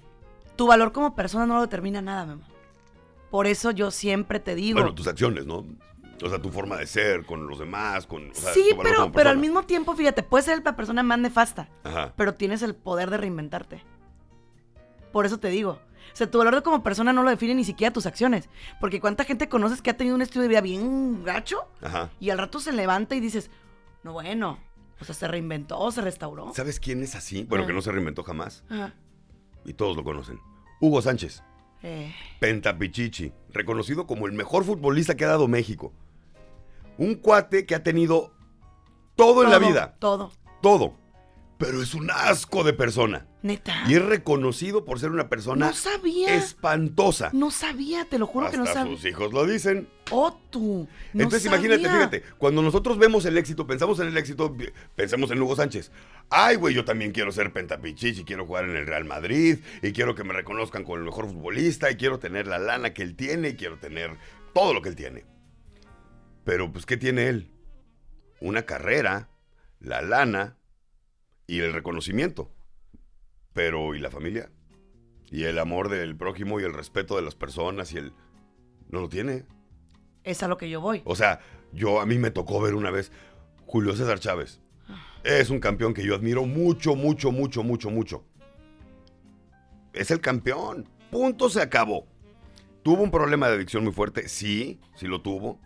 tu valor como persona no lo determina nada, Memo. Por eso yo siempre te digo... Bueno, tus acciones, ¿no? O sea, tu forma de ser con los demás, con... O sea, sí, tu valor pero, como pero al persona. mismo tiempo, fíjate, puedes ser la persona más nefasta, Ajá. pero tienes el poder de reinventarte. Por eso te digo. O sea, tu valor de como persona no lo define ni siquiera tus acciones. Porque cuánta gente conoces que ha tenido un estilo de vida bien gacho Ajá. y al rato se levanta y dices, no, bueno, o sea, se reinventó, se restauró. ¿Sabes quién es así? Bueno, Ah. que no se reinventó jamás. Ajá. Y todos lo conocen. Hugo Sánchez. Eh, Pentapichichi. Reconocido como el mejor futbolista que ha dado México. Un cuate que ha tenido todo en la todo, vida. Todo. Todo. Pero es un asco de persona. Neta. Y es reconocido por ser una persona No sabía. espantosa. No sabía, te lo juro Hasta que no sabía. sus hijos lo dicen. Oh, tú. No Entonces sabía. imagínate, fíjate, cuando nosotros vemos el éxito, pensamos en el éxito, pi- pensemos en Hugo Sánchez. Ay, güey, yo también quiero ser pentapichichi, quiero jugar en el Real Madrid, y quiero que me reconozcan como el mejor futbolista, y quiero tener la lana que él tiene, y quiero tener todo lo que él tiene. Pero, pues, ¿qué tiene él? Una carrera, la lana y el reconocimiento. Pero, ¿y la familia? Y el amor del prójimo y el respeto de las personas y el... No lo tiene. Es a lo que yo voy. O sea, yo a mí me tocó ver una vez Julio César Chávez. Es un campeón que yo admiro mucho, mucho, mucho, mucho, mucho. Es el campeón. Punto, se acabó. ¿Tuvo un problema de adicción muy fuerte? Sí, sí lo tuvo.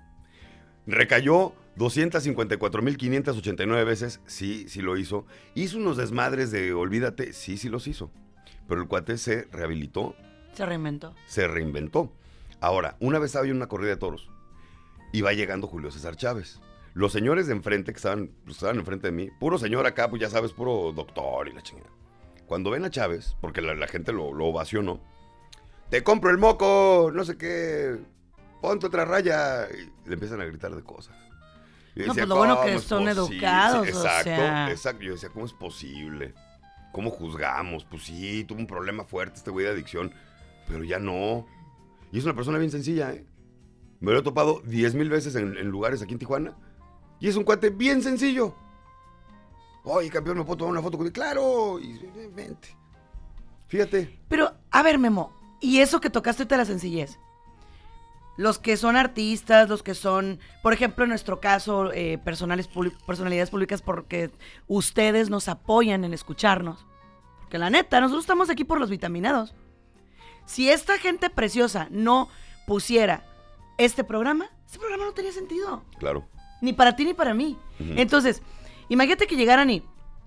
¿Recayó doscientas cincuenta y cuatro mil quinientas ochenta y nueve veces? Sí, sí lo hizo. ¿Hizo unos desmadres de olvídate? Sí, sí los hizo. Pero el cuate se rehabilitó, Se reinventó. se reinventó. Ahora, una vez estaba yo en una corrida de toros y va llegando Julio César Chávez. Los señores de enfrente que estaban, pues, estaban enfrente de mí, puro señor acá, pues ya sabes, puro doctor y la chingada. Cuando ven a Chávez, porque la, la gente lo, lo ovacionó, te compro el moco, no sé qué, ponte otra raya, y le empiezan a gritar de cosas. Y No, pues lo bueno que ¿cómo es son posible? educados, Sí, o exacto, sea. exacto. Yo decía, ¿cómo es posible? ¿Cómo juzgamos? Pues sí, tuvo un problema fuerte este güey de adicción, pero ya no. Y es una persona bien sencilla, ¿eh? Me lo he topado diez mil veces en, en lugares aquí en Tijuana. Y es un cuate bien sencillo. Oye, campeón, ¿me puedo tomar una foto contigo? ¡Claro! Y, vente. Fíjate. Pero, a ver, Memo, y eso que tocaste ahorita la sencillez. Los que son artistas, los que son, por ejemplo, en nuestro caso, eh, personales, publi- personalidades públicas, porque ustedes nos apoyan en escucharnos. Porque la neta, nosotros estamos aquí por los vitaminados. Si esta gente preciosa no pusiera este programa, este programa no tenía sentido. Claro. Ni para ti ni para mí. Ujú. Entonces, imagínate que llegaran y...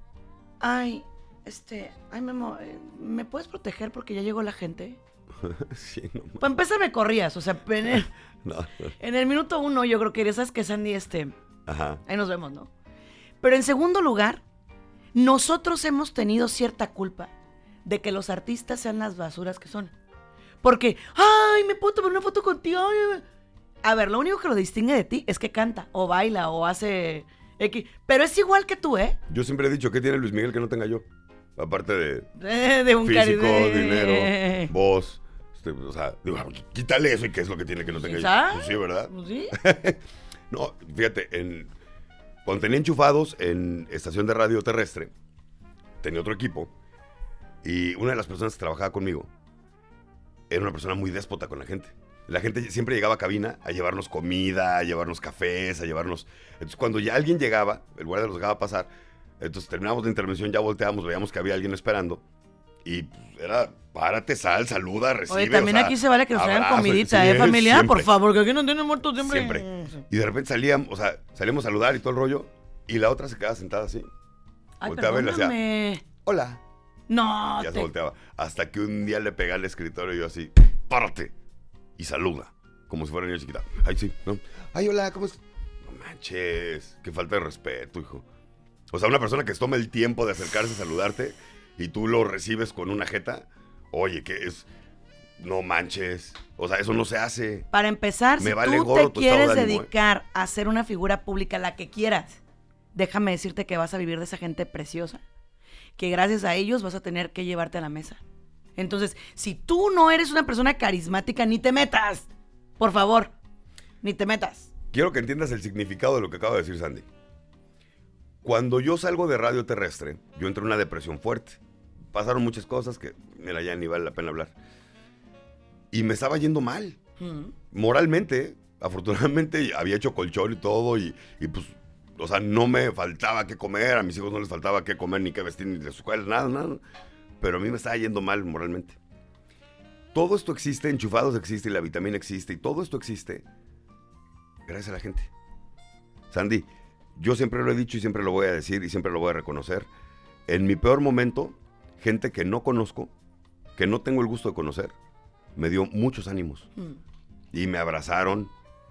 Ay, este... Ay, Memo, eh, ¿me puedes proteger porque ya llegó la gente? Sí, no, ma- Para empezar me corrías, o sea, en el, no. en el minuto uno yo creo que sabes que Sandy, este... Ajá. Ahí nos vemos, ¿no? Pero en segundo lugar, nosotros hemos tenido cierta culpa de que los artistas sean las basuras que son. Porque, ay, me puedo tomar una foto contigo. Ay, ay, ay". A ver, lo único que lo distingue de ti es que canta, o baila, o hace X. Pero es igual que tú, ¿eh? Yo siempre he dicho, ¿qué tiene Luis Miguel que no tenga yo? Aparte de De, de un físico, cari- de- dinero, voz. este, o sea, digo, quítale eso y qué es lo que tiene que no tenga yo. ¿Quizá? Pues sí, ¿verdad? Pues sí. No, fíjate, en, cuando tenía enchufados en estación de radio terrestre, tenía otro equipo, y una de las personas que trabajaba conmigo era una persona muy déspota con la gente. La gente siempre llegaba a cabina a llevarnos comida, a llevarnos cafés, a llevarnos... Entonces, cuando ya alguien llegaba, el guardia los dejaba pasar, entonces terminamos la intervención, ya volteábamos, veíamos que había alguien esperando, y pues, era, párate, sal, saluda, recibe. Oye, también o sea, aquí se vale que nos traigan abrazo, comidita, sí, ¿eh, familia? siempre. Por favor, que aquí no tienen muertos siempre. Siempre. Y de repente salíamos, o sea, salíamos a saludar y todo el rollo, y la otra se quedaba sentada así. Ay, Volteaba y le hacía, perdóname. hola. No, Ya se te... volteaba. Hasta que un día le pegué al escritorio y yo así, párate. Y saluda. Como si fuera niña chiquita. Ay, sí, ¿no? Ay, hola, ¿cómo es? No manches. Qué falta de respeto, hijo. O sea, una persona que se toma el tiempo de acercarse a saludarte y tú lo recibes con una jeta. Oye, que es... No manches. O sea, eso no se hace. Para empezar, Me si vale tú gorro te tu estado quieres de ánimo, ¿eh? dedicar a ser una figura pública, la que quieras, déjame decirte que vas a vivir de esa gente preciosa, que gracias a ellos vas a tener que llevarte a la mesa. Entonces, si tú no eres una persona carismática, ni te metas. Por favor, ni te metas. Quiero que entiendas el significado de lo que acaba de decir Sandy. Cuando yo salgo de radio terrestre, yo entro en una depresión fuerte. pasaron muchas cosas que, mira, ya ni vale la pena hablar. Y me estaba yendo mal. Mm. Moralmente, afortunadamente, había hecho colchón y todo, y, y pues, o sea, no me faltaba qué comer, a mis hijos no les faltaba qué comer, ni qué vestir, ni de su escuela, nada, nada. Pero a mí me estaba yendo mal moralmente. Todo esto existe, Enchufados existe, y la vitamina existe, y todo esto existe gracias a la gente. Sandy, yo siempre lo he dicho y siempre lo voy a decir y siempre lo voy a reconocer. En mi peor momento, gente que no conozco, que no tengo el gusto de conocer, me dio muchos ánimos. Mm. Y me abrazaron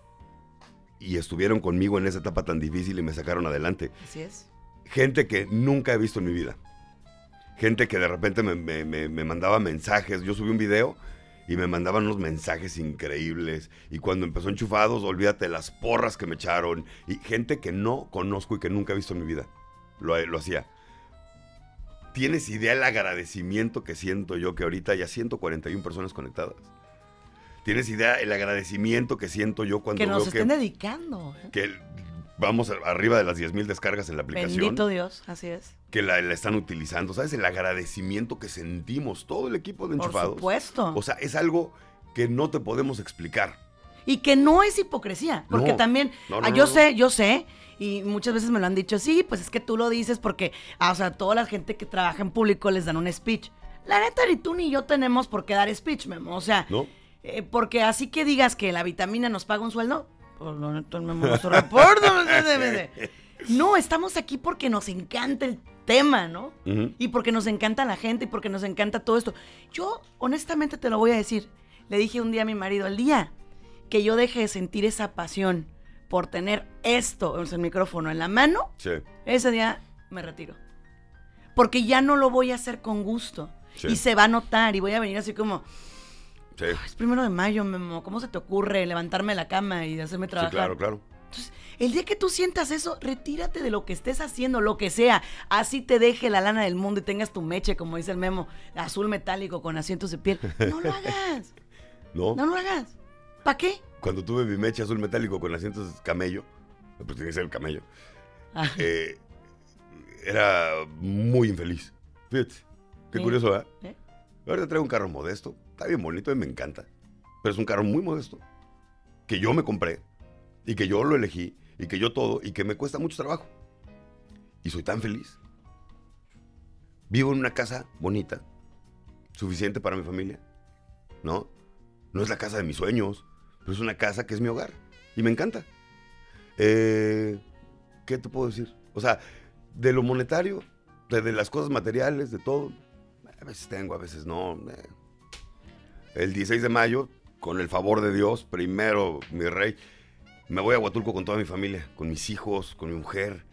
y estuvieron conmigo en esa etapa tan difícil y me sacaron adelante. Así es. Gente que nunca he visto en mi vida. Gente que de repente me, me, me, me mandaba mensajes. Yo subí un video y me mandaban unos mensajes increíbles. Y cuando empezó Enchufados, olvídate las porras que me echaron. Y gente que no conozco y que nunca he visto en mi vida. Lo, lo hacía. ¿Tienes idea del agradecimiento que siento yo que ahorita hay ciento cuarenta y una personas conectadas? ¿Tienes idea el agradecimiento que siento yo cuando que nos veo estén que, dedicando? ¿eh? Que vamos arriba de las diez mil descargas en la aplicación. Bendito Dios, así es. Que la, la están utilizando. ¿Sabes? El agradecimiento que sentimos todo el equipo de Enchufados. Por supuesto. O sea, es algo que no te podemos explicar. Y que no es hipocresía. Porque no, también, no, no, ah, yo no, no. sé, yo sé, y muchas veces me lo han dicho, sí, pues es que tú lo dices porque, ah, o sea, toda la gente que trabaja en público les dan un speech. La neta, ni tú ni yo tenemos por qué dar speech, Memo. O sea, ¿no? eh, porque así que digas que la vitamina nos paga un sueldo, pues la neta, el Memo no se reporta. No, estamos aquí porque nos encanta el tema, ¿no? Uh-huh. Y porque nos encanta la gente y porque nos encanta todo esto. Yo, honestamente, te lo voy a decir. Le dije un día a mi marido, el día que yo deje de sentir esa pasión por tener esto, o sea, el micrófono en la mano, sí. ese día me retiro. Porque ya no lo voy a hacer con gusto. Sí. Y se va a notar y voy a venir así como... Sí. Es primero de mayo, Memo. ¿Cómo se te ocurre levantarme de la cama y hacerme trabajar? Sí, claro, claro. Entonces, el día que tú sientas eso, retírate de lo que estés haciendo, lo que sea. Así te deje la lana del mundo y tengas tu meche, como dice el Memo, azul metálico con asientos de piel. No lo hagas. No. No lo hagas. ¿Para qué? Cuando tuve mi meche azul metálico con asientos de camello, pues tiene que ser el camello, eh, era muy infeliz. Fíjate, qué ¿Sí? curioso, ¿verdad? ¿Eh? Ahorita traigo un carro modesto, está bien bonito y me encanta, pero es un carro muy modesto, que yo me compré, y que yo lo elegí, y que yo todo, y que me cuesta mucho trabajo. Y soy tan feliz. Vivo en una casa bonita, suficiente para mi familia, ¿no? No es la casa de mis sueños, pero es una casa que es mi hogar, y me encanta. Eh, ¿Qué te puedo decir? O sea, de lo monetario, de, de las cosas materiales, de todo, a veces tengo, a veces no. Eh. El dieciséis de mayo, con el favor de Dios, primero, mi rey, me voy a Huatulco con toda mi familia, con mis hijos, con mi mujer.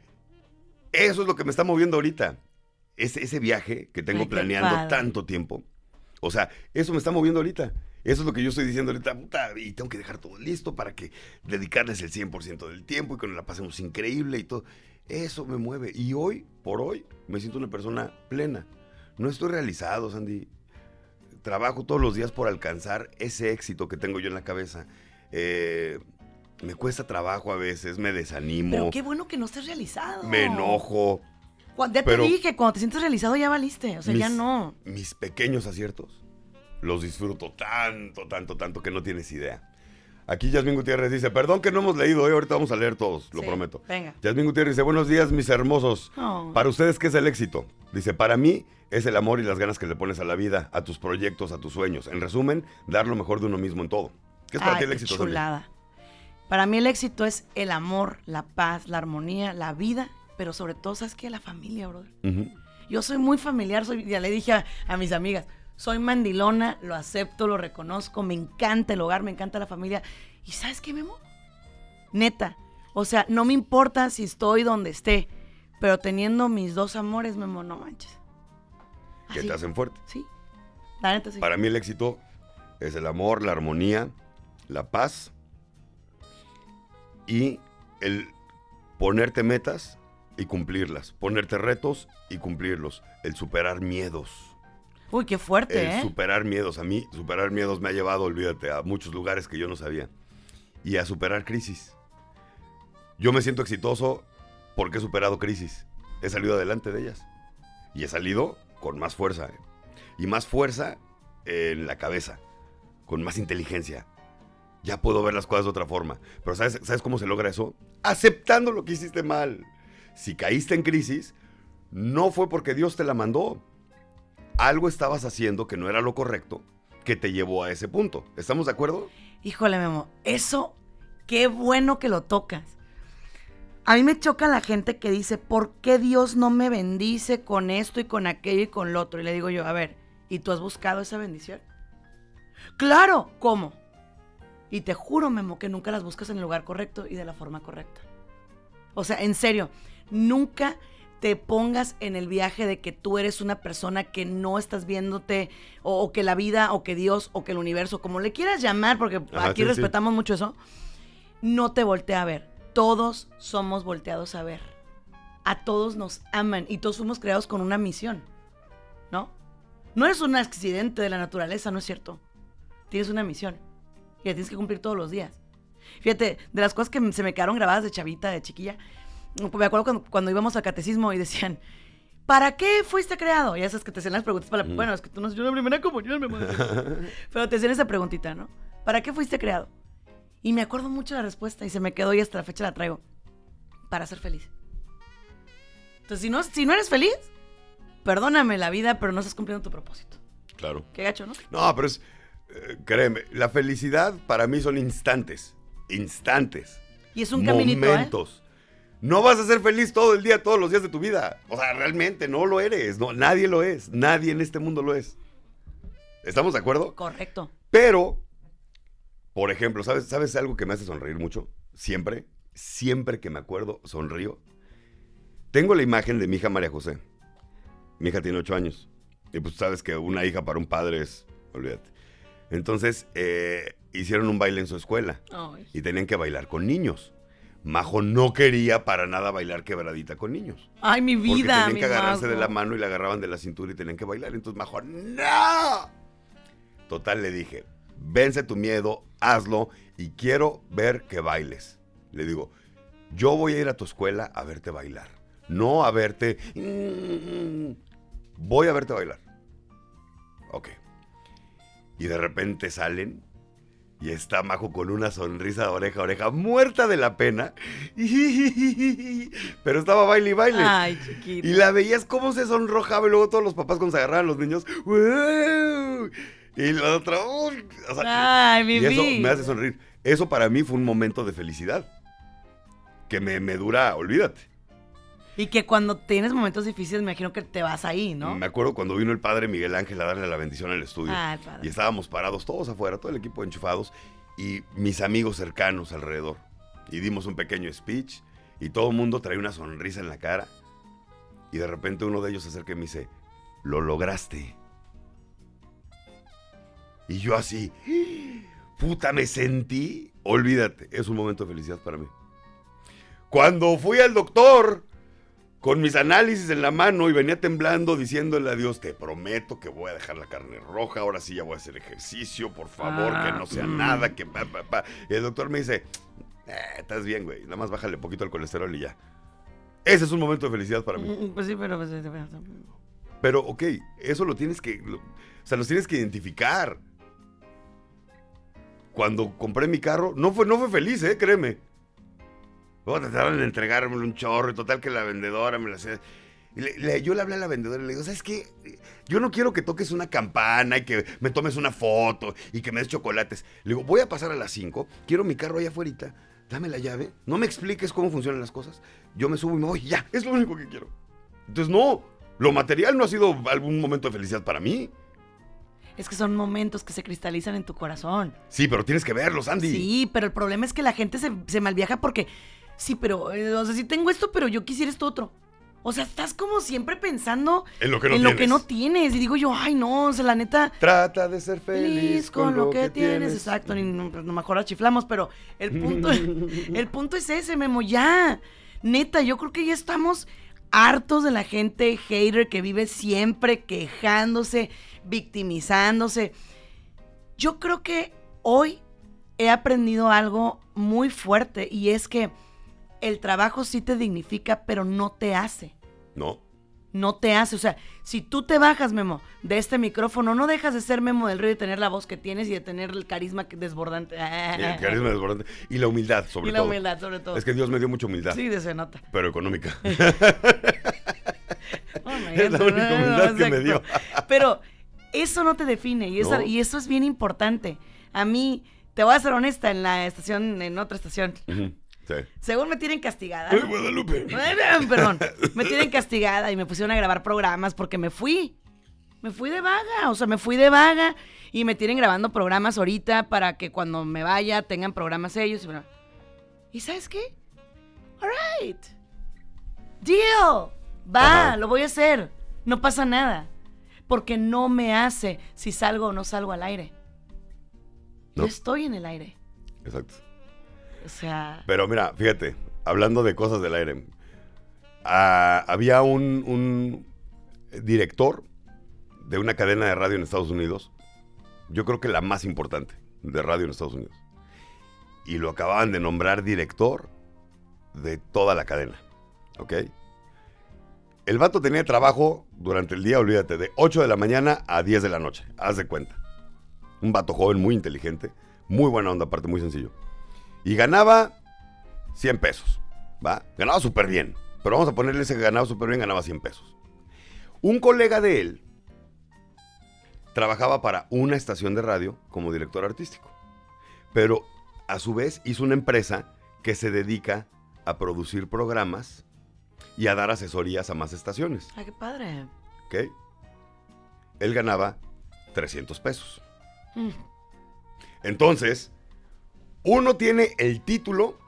Eso es lo que me está moviendo ahorita. Ese, ese viaje que tengo Ay, planeando tanto tiempo. O sea, eso me está moviendo ahorita. Eso es lo que yo estoy diciendo ahorita, puta, y tengo que dejar todo listo para que dedicarles el cien por ciento del tiempo y que nos la pasemos increíble y todo. Eso me mueve. Y hoy, por hoy, me siento una persona plena. No estoy realizado, Sandy. Trabajo todos los días por alcanzar ese éxito que tengo yo en la cabeza. Eh, me cuesta trabajo a veces, me desanimo. Pero qué bueno que no estés realizado. Me enojo. Cuando, ya te dije, cuando te sientes realizado ya valiste. O sea, mis, ya no. Mis pequeños aciertos los disfruto tanto, tanto, tanto que no tienes idea. Aquí Yasmín Gutiérrez dice, perdón que no hemos leído, ¿eh? Ahorita vamos a leer todos, lo sí, prometo. Venga. Yasmín Gutiérrez dice, buenos días, mis hermosos. Oh. Para ustedes, ¿qué es el éxito? Dice, para mí es el amor y las ganas que le pones a la vida, a tus proyectos, a tus sueños. En resumen, dar lo mejor de uno mismo en todo. ¿Qué es para Ay, ti el éxito? Chulada. También? Para mí el éxito es el amor, la paz, la armonía, la vida, pero sobre todo, ¿sabes qué? La familia, brother. Uh-huh. Yo soy muy familiar, soy, ya le dije a, a mis amigas, soy mandilona, lo acepto, lo reconozco, me encanta el hogar, me encanta la familia. ¿Y sabes qué, Memo? Neta, o sea, no me importa si estoy donde esté, pero teniendo mis dos amores, Memo, no manches. Que te hacen fuerte. Sí, la neta sí. Para mí el éxito es el amor, la armonía, la paz y el ponerte metas y cumplirlas, ponerte retos y cumplirlos, el superar miedos. Uy, qué fuerte, el ¿eh? Superar miedos. A mí, superar miedos me ha llevado, olvídate, a muchos lugares que yo no sabía. Y a superar crisis. Yo me siento exitoso porque he superado crisis. He salido adelante de ellas. Y he salido con más fuerza. ¿eh? Y más fuerza en la cabeza, con más inteligencia. Ya puedo ver las cosas de otra forma. Pero ¿sabes, ¿sabes cómo se logra eso? Aceptando lo que hiciste mal. Si caíste en crisis, no fue porque Dios te la mandó. Algo estabas haciendo que no era lo correcto, que te llevó a ese punto. ¿Estamos de acuerdo? Híjole, Memo, eso, qué bueno que lo tocas. A mí me choca la gente que dice, ¿por qué Dios no me bendice con esto y con aquello y con lo otro? Y le digo yo, a ver, ¿y tú has buscado esa bendición? ¡Claro! ¿Cómo? Y te juro, Memo, que nunca las buscas en el lugar correcto y de la forma correcta. O sea, en serio, nunca te pongas en el viaje de que tú eres una persona que no estás viéndote, o, o que la vida, o que Dios, o que el universo, como le quieras llamar, porque Ajá, aquí sí, respetamos sí. mucho eso, no te voltea a ver. Todos somos volteados a ver. A todos nos aman y todos fuimos creados con una misión, ¿no? No eres un accidente de la naturaleza, ¿no es cierto? Tienes una misión y la tienes que cumplir todos los días. Fíjate, de las cosas que se me quedaron grabadas de chavita, de chiquilla, me acuerdo cuando, cuando íbamos al catecismo y decían, ¿para qué fuiste creado? Y esas que te hacían las preguntas para la... Mm. Bueno, es que tú no has hecho la primera comunión, mi madre. Pero te hacían esa preguntita, ¿no? ¿Para qué fuiste creado? Y me acuerdo mucho la respuesta y se me quedó y hasta la fecha la traigo. Para ser feliz. Entonces, si no, si no eres feliz, perdóname la vida, pero no estás cumpliendo tu propósito. Claro. Qué gacho, ¿no? No, pero es... Eh, créeme, la felicidad para mí son instantes. Instantes. Y es un caminito, Momentos. ¿eh? No vas a ser feliz todo el día, todos los días de tu vida. O sea, realmente no lo eres. No, nadie lo es. Nadie en este mundo lo es. ¿Estamos de acuerdo? Correcto. Pero... Por ejemplo, ¿sabes, ¿sabes algo que me hace sonreír mucho? Siempre, siempre que me acuerdo, sonrío. Tengo la imagen de mi hija María José. Mi hija tiene ocho años. Y pues sabes que una hija para un padre es... Olvídate. Entonces, eh, hicieron un baile en su escuela. Ay. Y tenían que bailar con niños. Majo no quería para nada bailar quebradita con niños. Ay, mi vida, porque tenían mi que agarrarse Majo. de la mano y la agarraban de la cintura y tenían que bailar. Entonces Majo, ¡no! Total, le dije... Vence tu miedo, hazlo y quiero ver que bailes. Le digo, yo voy a ir a tu escuela a verte bailar, no a verte... Voy a verte bailar. Ok. Y de repente salen y está Majo con una sonrisa de oreja a oreja, muerta de la pena. Pero estaba baile y baile. Ay, chiquita. Y la veías cómo se sonrojaba y luego todos los papás cuando se agarraban a los niños... ¡Wow! Y la otra, uh, o sea, ay, mi y eso vida. me hace sonreír. Eso para mí fue un momento de felicidad. Que me, me dura, olvídate. Y que cuando tienes momentos difíciles, me imagino que te vas ahí, ¿no? Me acuerdo cuando vino el padre Miguel Ángel a darle la bendición al estudio. Ah, el padre. Y estábamos parados todos afuera, todo el equipo enchufados. Y mis amigos cercanos alrededor. Y dimos un pequeño speech. Y todo el mundo traía una sonrisa en la cara. Y de repente uno de ellos se acerca y me dice, lo lograste. Y yo así, puta, me sentí, olvídate, es un momento de felicidad para mí. Cuando fui al doctor, con mis análisis en la mano y venía temblando diciéndole a Dios, te prometo que voy a dejar la carne roja, ahora sí ya voy a hacer ejercicio, por favor, ah, que no sea mm. nada, que pa, pa, pa. Y el doctor me dice, eh, estás bien, güey, nada más bájale poquito el colesterol y ya. Ese es un momento de felicidad para mí. Pues sí, pero... Pues, pero, ok, eso lo tienes que, lo, o sea, los tienes que identificar. Cuando compré mi carro, no fue, no fue feliz, ¿eh? Créeme. Luego trataron de entregarme un chorro y total que la vendedora me la hacía. Y le, le, yo le hablé a la vendedora y le digo, ¿sabes qué? Yo no quiero que toques una campana y que me tomes una foto y que me des chocolates. Le digo, voy a pasar a las cinco, quiero mi carro allá afuera, dame la llave, no me expliques cómo funcionan las cosas. Yo me subo y me voy, ya, es lo único que quiero. Entonces, no, lo material no ha sido algún momento de felicidad para mí. Es que son momentos que se cristalizan en tu corazón. Sí, pero tienes que verlos, Andy. Sí, pero el problema es que la gente se, se malviaja porque... Sí, pero... Eh, o sea, sí tengo esto, pero yo quisiera esto otro. O sea, estás como siempre pensando... En lo que no en tienes. lo que no tienes. Y digo yo, ay, no, o sea, la neta... Trata de ser feliz, feliz con, con lo, lo que, que tienes. tienes. Exacto, ni, no, no mejor chiflamos, pero el punto, el punto es ese, Memo, ya. Neta, yo creo que ya estamos hartos de la gente hater que vive siempre quejándose, victimizándose. Yo creo que hoy he aprendido algo muy fuerte y es que el trabajo sí te dignifica, pero no te hace. No. no te hace, o sea, si tú te bajas, Memo, de este micrófono, no dejas de ser Memo del Río y de tener la voz que tienes y de tener el carisma que- desbordante. Y el carisma desbordante. Y la humildad, sobre Y la todo. humildad, sobre todo. Es que Dios me dio mucha humildad. Sí, de se nota. Pero económica. Oh, my Es la God, única no, humildad que me exacto. dio. Pero eso no te define y, esa- No. y eso es bien importante. A mí, te voy a ser honesta, en la estación, en otra estación, Ujú, sí. según me tienen castigada. ¡Ay, Guadalupe! Perdón, me tienen castigada y me pusieron a grabar programas porque me fui. Me fui de vaga, o sea, me fui de vaga y me tienen grabando programas ahorita para que cuando me vaya tengan programas ellos. Y, bueno, ¿y sabes qué? All right. Deal. Va, Ajá. lo voy a hacer. No pasa nada. Porque no me hace si salgo o no salgo al aire. No. Yo estoy en el aire. Exacto. O sea, Pero mira, fíjate, hablando de cosas del aire, ah, había un, un director de una cadena de radio en Estados Unidos, yo creo que la más importante de radio en Estados Unidos, y lo acababan de nombrar director de toda la cadena, ¿ok? El vato tenía trabajo durante el día, olvídate, de ocho de la mañana a diez de la noche, haz de cuenta. Un vato joven, muy inteligente, muy buena onda, aparte, muy sencillo. Y ganaba cien pesos, ¿va? Ganaba súper bien. Pero vamos a ponerle ese que ganaba súper bien, ganaba cien pesos. Un colega de él trabajaba para una estación de radio como director artístico. Pero a su vez hizo una empresa que se dedica a producir programas y a dar asesorías a más estaciones, ay, qué padre. ¿ok? Él ganaba trescientos pesos. Mm. Entonces, uno tiene el título,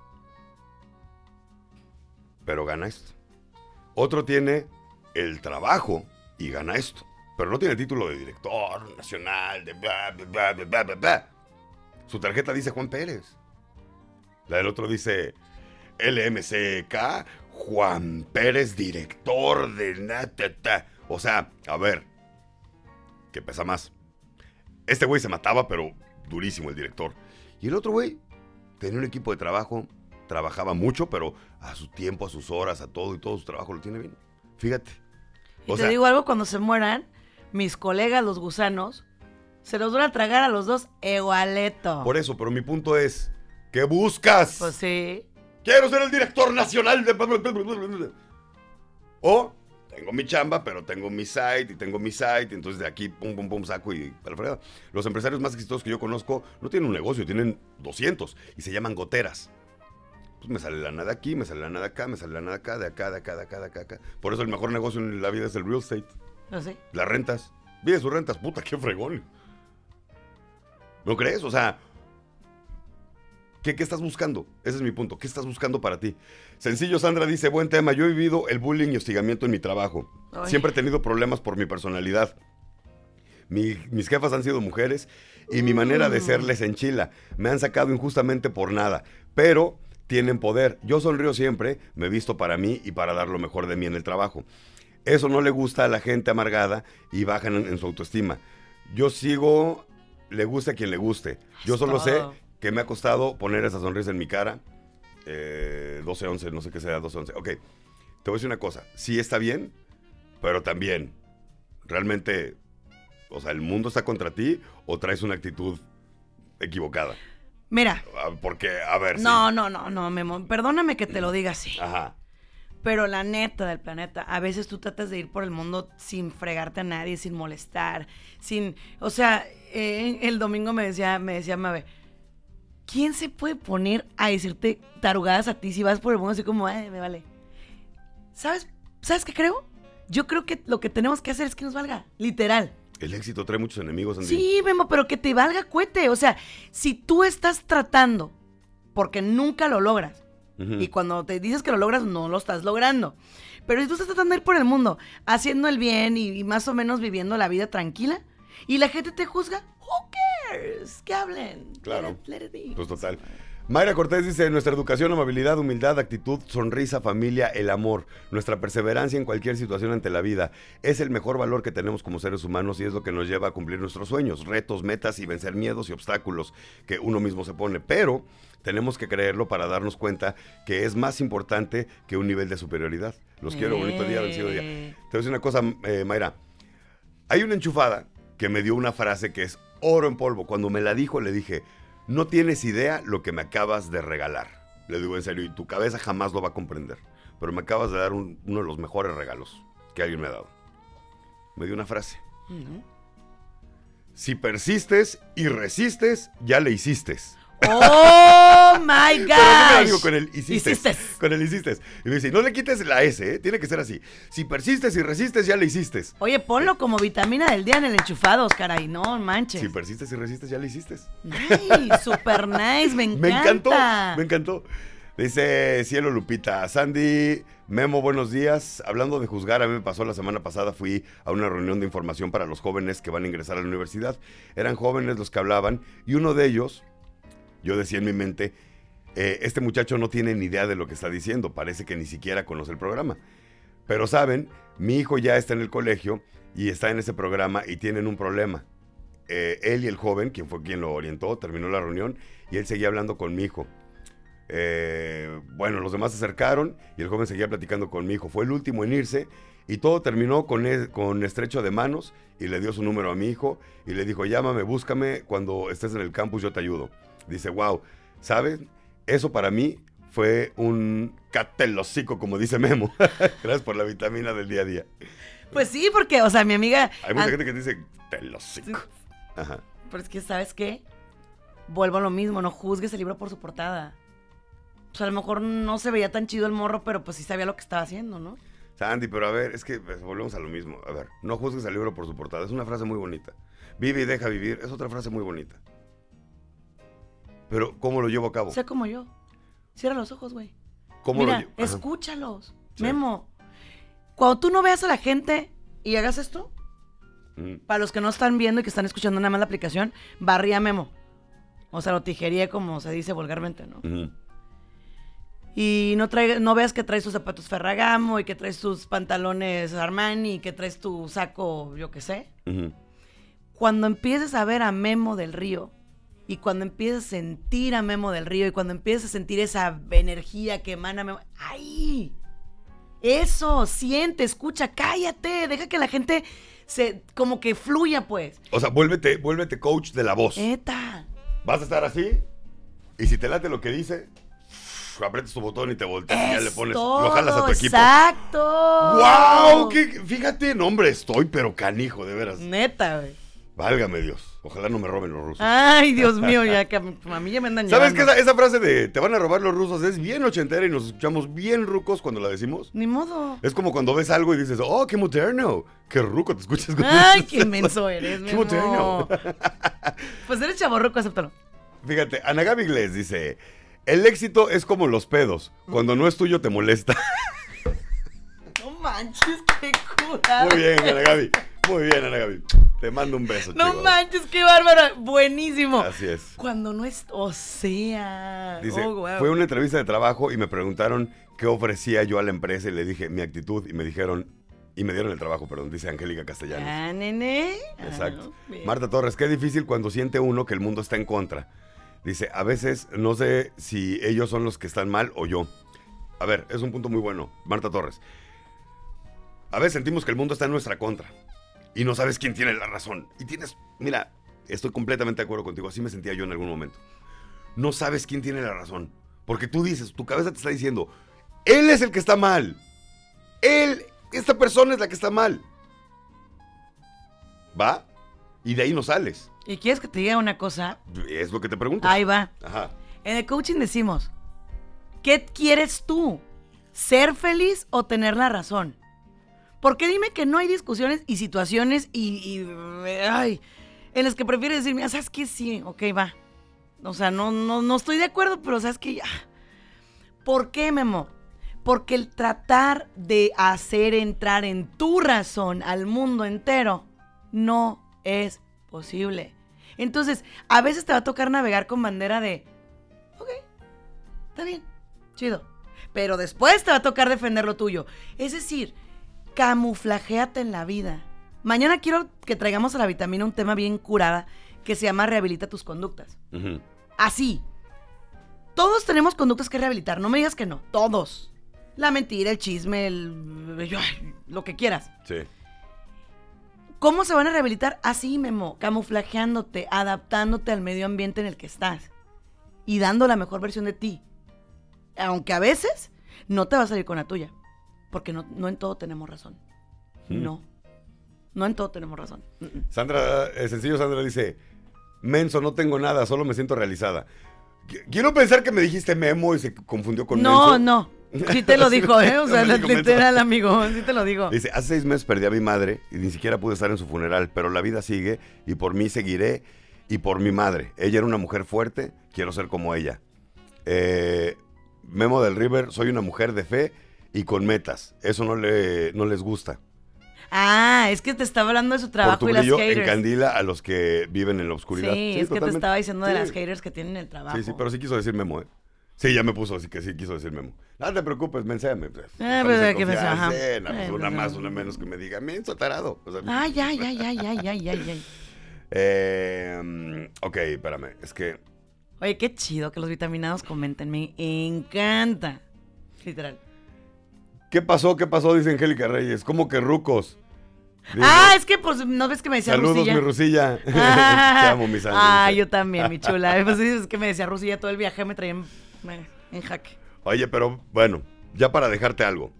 pero gana esto. Otro tiene el trabajo y gana esto, pero no tiene el título de director nacional, de bla, bla, bla, bla, bla, bla, bla. Su tarjeta dice Juan Pérez. La del otro dice L M C K, Juan Pérez, director de... na, ta, ta. O sea, a ver, ¿qué pesa más? Este güey se mataba, pero durísimo el director. Y el otro güey tenía un equipo de trabajo, trabajaba mucho, pero a su tiempo, a sus horas, a todo y todo su trabajo lo tiene bien. Fíjate. Y O te sea, digo algo, cuando se mueran, mis colegas, los gusanos, se los van a tragar a los dos igualeto. por eso, pero mi punto es, ¿qué buscas? Pues sí. Quiero ser el director nacional de... O tengo mi chamba, pero tengo mi site y tengo mi site, y entonces de aquí pum, pum, pum, saco y para la fregada. Los empresarios más exitosos que yo conozco no tienen un negocio, tienen doscientos y se llaman goteras. Pues me sale lana de aquí, me sale lana de acá, me sale lana de acá, de acá, de acá, de acá, de acá, acá. Por eso el mejor negocio en la vida es el real estate. Pues sí. Las rentas. Vive sus rentas, puta, qué fregón. ¿No crees? O sea, ¿qué, ¿qué estás buscando? Ese es mi punto. ¿Qué estás buscando para ti? Sencillo, Sandra dice, buen tema. Yo he vivido el bullying y hostigamiento en mi trabajo. Ay. Siempre he tenido problemas por mi personalidad. Mi- mis jefas han sido mujeres y mi manera de ser les enchila. Me han sacado injustamente por nada, pero tienen poder. Yo sonrío siempre, me he visto para mí y para dar lo mejor de mí en el trabajo. Eso no le gusta a la gente amargada y bajan en, en su autoestima. Yo sigo, le guste a quien le guste. Yo Es solo sé todo. que me ha costado poner esa sonrisa en mi cara. Eh, doce once, no sé qué sea doce once. Ok, te voy a decir una cosa. Sí está bien, pero también, realmente, o sea, ¿el mundo está contra ti o traes una actitud equivocada? Mira. Ah, Porque, a ver, No, sí. no, no, no, Memo. Perdóname que te lo diga así. Ajá. Pero la neta del planeta, a veces tú tratas de ir por el mundo sin fregarte a nadie, sin molestar, sin... O sea, eh, el domingo me decía, me decía Mabe, ¿quién se puede poner a decirte tarugadas a ti si vas por el mundo así como, ay, me vale? ¿Sabes? ¿Sabes qué creo? Yo creo que lo que tenemos que hacer es que nos valga, literal. El éxito trae muchos enemigos, Andy. Sí, Memo, pero que te valga cuete. O sea, si tú estás tratando, porque nunca lo logras, Ujú. y cuando te dices que lo logras, no lo estás logrando. Pero si tú estás tratando de ir por el mundo, haciendo el bien y, y más o menos viviendo la vida tranquila, y la gente te juzga, who cares? Que hablen. Claro. Let it- let it be. Pues total. Mayra Cortés dice, nuestra educación, amabilidad, humildad, actitud, sonrisa, familia, el amor, nuestra perseverancia en cualquier situación ante la vida, es el mejor valor que tenemos como seres humanos y es lo que nos lleva a cumplir nuestros sueños, retos, metas y vencer miedos y obstáculos que uno mismo se pone. Pero tenemos que creerlo para darnos cuenta que es más importante que un nivel de superioridad. Los quiero, Eh. bonito día, vencido día. Te voy a decir una cosa, eh, Mayra. Hay una enchufada que me dio una frase que es oro en polvo. Cuando me la dijo, le dije... No tienes idea lo que me acabas de regalar. Le digo en serio, y tu cabeza jamás lo va a comprender. Pero me acabas de dar un, uno de los mejores regalos que alguien me ha dado. Me dio una frase. Uh-huh. Si persistes y resistes, ya le hiciste. ¡Oh, my Pero no me la gosh! digo con el hiciste. Hiciste. Con el hiciste. Y me dice, no le quites la S, ¿eh? Tiene que ser así. Si persistes y resistes, ya le hiciste. Oye, ponlo como vitamina del día en el enchufados, caray. No manches. Si persistes y resistes, ya le hiciste. Nice, super nice, me encanta. Me encantó, me encantó. Dice Cielo Lupita, Sandy, Memo, buenos días. Hablando de juzgar, a mí me pasó la semana pasada, fui a una reunión de información para los jóvenes que van a ingresar a la universidad. Eran jóvenes los que hablaban y uno de ellos, yo decía en mi mente, eh, este muchacho no tiene ni idea de lo que está diciendo, parece que ni siquiera conoce el programa. Pero saben, mi hijo ya está en el colegio y está en ese programa y tienen un problema. Eh, él y el joven, quien fue quien lo orientó, terminó la reunión y él seguía hablando con mi hijo. Eh, bueno, los demás se acercaron y el joven seguía platicando con mi hijo. Fue el último en irse y todo terminó con, el, con estrecho de manos y le dio su número a mi hijo y le dijo, llámame, búscame, cuando estés en el campus yo te ayudo. Dice, wow, ¿sabes? Eso para mí fue un catelocico, como dice Memo. Gracias por la vitamina del día a día. Pues sí, porque, o sea, mi amiga... Hay mucha an- gente que dice telocico. Ajá. Pero es que, ¿sabes qué? Vuelvo a lo mismo, no juzgues el libro por su portada. O sea, a lo mejor no se veía tan chido el morro, pero pues sí sabía lo que estaba haciendo, ¿no? Sandy, pero a ver, es que pues, volvemos a lo mismo. A ver, no juzgues al libro por su portada. Es una frase muy bonita. Vive y deja vivir. Es otra frase muy bonita. Pero, ¿cómo lo llevo a cabo? Sea como yo. Cierra los ojos, güey. ¿Cómo Mira, lo llevo? Ajá. escúchalos. Sí. Memo, cuando tú no veas a la gente y hagas esto, Mm. para los que no están viendo y que están escuchando nada más la aplicación, barría a Memo. O sea, lo tijería como se dice vulgarmente, ¿no? Ujú. Y no, traiga, no veas que traes tus zapatos Ferragamo y que traes tus pantalones Armani y que traes tu saco, yo qué sé. Ujú. Cuando empieces a ver a Memo del Río y cuando empieces a sentir a Memo del Río y cuando empieces a sentir esa energía que emana Memo, ¡ay! Eso, siente, escucha, cállate, deja que la gente se, como que fluya, pues. O sea, vuélvete, vuélvete coach de la voz. Eta. Vas a estar así y si te late lo que dice, aprietas tu botón y te volteas y ya le pones, todo, lo jalas a tu equipo. Exacto. ¡Wow! ¿Qué, fíjate, no, hombre, estoy pero canijo, de veras. Neta, güey. Válgame Dios. Ojalá no me roben los rusos. Ay, Dios mío, ya que a mí a mí ya me andan ¿Sabes que llevando. esa, esa frase de te van a robar los rusos es bien ochentera y nos escuchamos bien rucos cuando la decimos? Ni modo. Es como cuando ves algo y dices, oh, qué moderno. Qué ruco te escuchas. cuando Ay, dices qué eso. inmenso eres, Qué Memo. moderno. Pues eres chavorruco, acéptalo. Fíjate, Ana Gaby Glés dice, el éxito es como los pedos. Cuando no es tuyo te molesta. No manches, qué cura. Muy bien, Ana Gaby. Muy bien, Ana Gaby. Te mando un beso, No chico. manches, qué bárbaro. Buenísimo. Así es. Cuando no es. O sea. Dice, oh, wow. fue una entrevista de trabajo y me preguntaron qué ofrecía yo a la empresa y le dije mi actitud y me dijeron, y me dieron el trabajo, perdón, dice Angélica Castellanos. Ah, nene. Exacto. Ah, bien. Marta Torres, qué difícil cuando siente uno que el mundo está en contra. Dice, a veces no sé si ellos son los que están mal o yo. A ver, es un punto muy bueno, Marta Torres. A veces sentimos que el mundo está en nuestra contra y no sabes quién tiene la razón. Y tienes, mira, estoy completamente de acuerdo contigo, así me sentía yo en algún momento. No sabes quién tiene la razón, porque tú dices, tu cabeza te está diciendo, él es el que está mal. Él, esta persona es la que está mal. ¿Va? Y de ahí no sales. ¿Y quieres que te diga una cosa? Es lo que te pregunto. Ahí va. Ajá. En el coaching decimos, ¿qué quieres tú? ¿Ser feliz o tener la razón? Porque dime que no hay discusiones y situaciones y, y ay, en las que prefieres decir, mira, ¿sabes qué? Sí, ok, va. O sea, no, no, no estoy de acuerdo, pero ¿sabes qué? Ya. ¿Por qué, Memo? Porque el tratar de hacer entrar en tu razón al mundo entero no es posible. Entonces, a veces te va a tocar navegar con bandera de, ok, chido. Pero después te va a tocar defender lo tuyo. Es decir, camuflajéate en la vida. Mañana quiero que traigamos a la vitamina un tema bien curada que se llama rehabilita tus conductas. Uh-huh. Así. Todos tenemos conductas que rehabilitar, no me digas que no. Todos. La mentira, el chisme, el... lo que quieras. Sí. ¿Cómo se van a rehabilitar? Así, Memo, camuflajeándote, adaptándote al medio ambiente en el que estás y dando la mejor versión de ti. Aunque a veces no te va a salir con la tuya, porque no, no en todo tenemos razón. Hmm. No. No en todo tenemos razón. Sandra, el sencillo Sandra dice, menso, no tengo nada, solo me siento realizada. Quiero pensar que me dijiste Memo y se confundió con no, menso. No, no. Sí te lo dijo, ¿eh? O sea, no literal, amigo. Sí te lo digo. Dice, hace seis meses perdí a mi madre y ni siquiera pude estar en su funeral, pero la vida sigue y por mí seguiré y por mi madre. Ella era una mujer fuerte, quiero ser como ella. Eh, Memo del River, soy una mujer de fe y con metas. Eso no, le, no les gusta. Ah, es que te estaba hablando de su trabajo por tu y las brillo haters. encandila a los que viven en la oscuridad. Sí, sí es totalmente. que te estaba diciendo de sí. las haters que tienen el trabajo. Sí, sí, pero sí quiso decir Memo, ¿eh? Sí, ya me puso, así que sí quiso decir Memo. No te preocupes, menséame. Pues, ah, pues hay que pensar, ajá. Cena, pues, una más, una menos que me diga, menso tarado. O sea, ay, ay, ay, ay, ay, ay, ay, ay. Eh, ok, espérame, es que... Oye, qué chido que los vitaminados comenten, me encanta. Literal. ¿Qué pasó? ¿Qué pasó? Dice Angélica Reyes. ¿Cómo que rucos? Dice, ah, es que pues, ¿no ves que me decía saludos, Rusilla? Saludos, mi Rusilla. Ah, te amo, mi sangre. Ah, yo también, mi chula. Pues es que me decía Rusilla todo el viaje, me traía en, en jaque. Oye, pero bueno, ya para dejarte algo.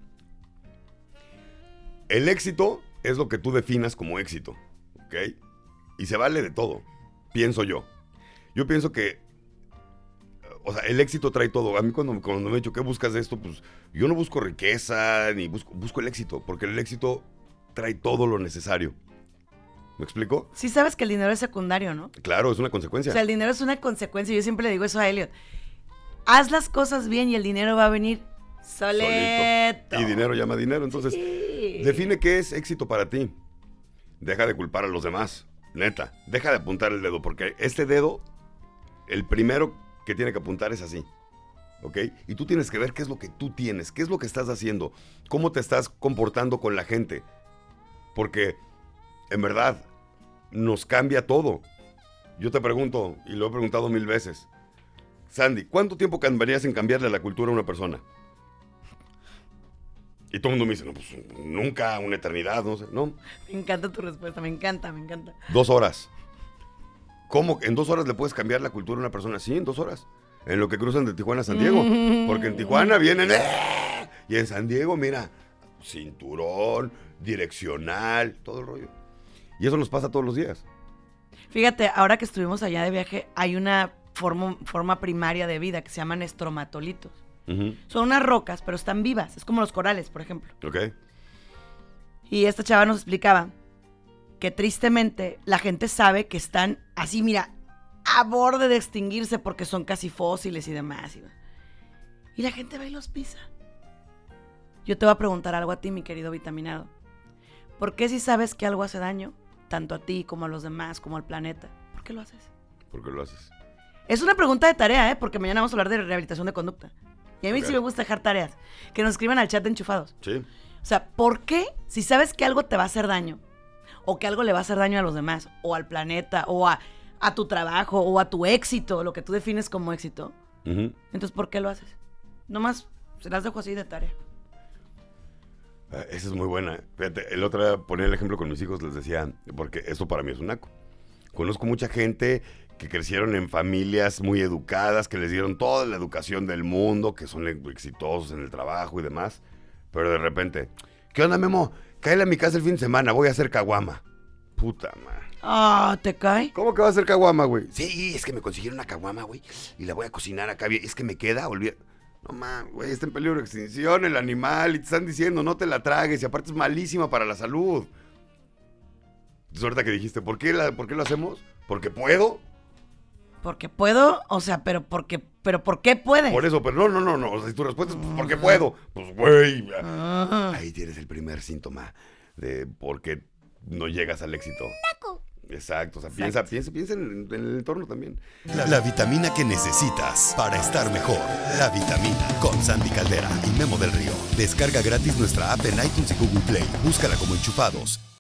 El éxito es lo que tú definas como éxito, ¿ok? Y se vale de todo, pienso yo. Yo pienso que, o sea, el éxito trae todo. A mí cuando, cuando me he dicho, ¿qué buscas de esto? Pues yo no busco riqueza, ni busco, busco el éxito, porque el éxito trae todo lo necesario. ¿Me explico? Sí sabes que el dinero es secundario, ¿no? Claro, es una consecuencia. O sea, el dinero es una consecuencia. Yo siempre le digo eso a Elliot. Haz las cosas bien y el dinero va a venir solito. solito. Y dinero llama dinero. Entonces, sí. Define qué es éxito para ti. Deja de culpar a los demás. Neta, deja de apuntar el dedo, porque este dedo, el primero que tiene que apuntar es así. ¿Ok? Y tú tienes que ver qué es lo que tú tienes, qué es lo que estás haciendo, cómo te estás comportando con la gente. Porque, en verdad, nos cambia todo. Yo te pregunto, y lo he preguntado mil veces, Sandy, ¿cuánto tiempo cambiarías en cambiarle la cultura a una persona? Y todo el mundo me dice, no, pues nunca, una eternidad, no sé, ¿no? Me encanta tu respuesta, me encanta, me encanta. Dos horas. ¿Cómo? ¿En dos horas le puedes cambiar la cultura a una persona? Sí, en dos horas. En lo que cruzan de Tijuana a San Diego. Porque en Tijuana vienen, ¡eh! Y en San Diego, mira, cinturón, direccional, todo el rollo. Y eso nos pasa todos los días. Fíjate, ahora que estuvimos allá de viaje, hay una forma, forma primaria de vida que se llaman estromatolitos. Uh-huh. Son unas rocas, pero están vivas. Es como los corales, por ejemplo. Ok. Y esta chava nos explicaba que tristemente la gente sabe que están así, mira, a borde de extinguirse porque son casi fósiles y demás. Y la gente va y los pisa. Yo te voy a preguntar algo a ti, mi querido vitaminado. ¿Por qué si sabes que algo hace daño, tanto a ti como a los demás, como al planeta, por qué lo haces? ¿Por qué lo haces? Es una pregunta de tarea, ¿eh? Porque mañana vamos a hablar de rehabilitación de conducta. Y a mí okay. sí me gusta dejar tareas. Que nos escriban al chat de Enchufados. Sí. O sea, ¿por qué si sabes que algo te va a hacer daño, o que algo le va a hacer daño a los demás, o al planeta, o a, a tu trabajo, o a tu éxito, lo que tú defines como éxito, uh-huh. entonces ¿por qué lo haces? Nomás se las dejo así de tarea. Uh, esa es muy buena. Fíjate, el otro día ponía el ejemplo con mis hijos, les decía, porque esto para mí es un naco. Conozco mucha gente que crecieron en familias muy educadas, que les dieron toda la educación del mundo, que son exitosos en el trabajo y demás, pero de repente, ¿qué onda, Memo? Cáele a mi casa el fin de semana, voy a hacer caguama. Puta madre. Ah, ¿te cae? ¿Cómo que va a hacer caguama, güey? Sí, es que me consiguieron una caguama, güey, y la voy a cocinar acá bien. Es que me queda, olvida. No mames, güey, está en peligro de extinción el animal, y te están diciendo, no te la tragues, y aparte es malísima para la salud. Entonces ahorita que dijiste, ¿por qué, la, ¿por qué lo hacemos? ¿Porque puedo? Porque puedo, o sea, pero porque, pero ¿por qué puedes? Por eso, pero no, no, no, no, o sea, si tu respuesta es porque puedo, pues güey, uh-huh. ahí tienes el primer síntoma de por qué no llegas al éxito. Naco. Exacto, o sea, Exacto. piensa, piensa, piensa en, en el entorno también. La, la vitamina que necesitas para estar mejor. La vitamina con Sandy Caldera y Memo del Río. Descarga gratis nuestra app en iTunes y Google Play. Búscala como Enchufados.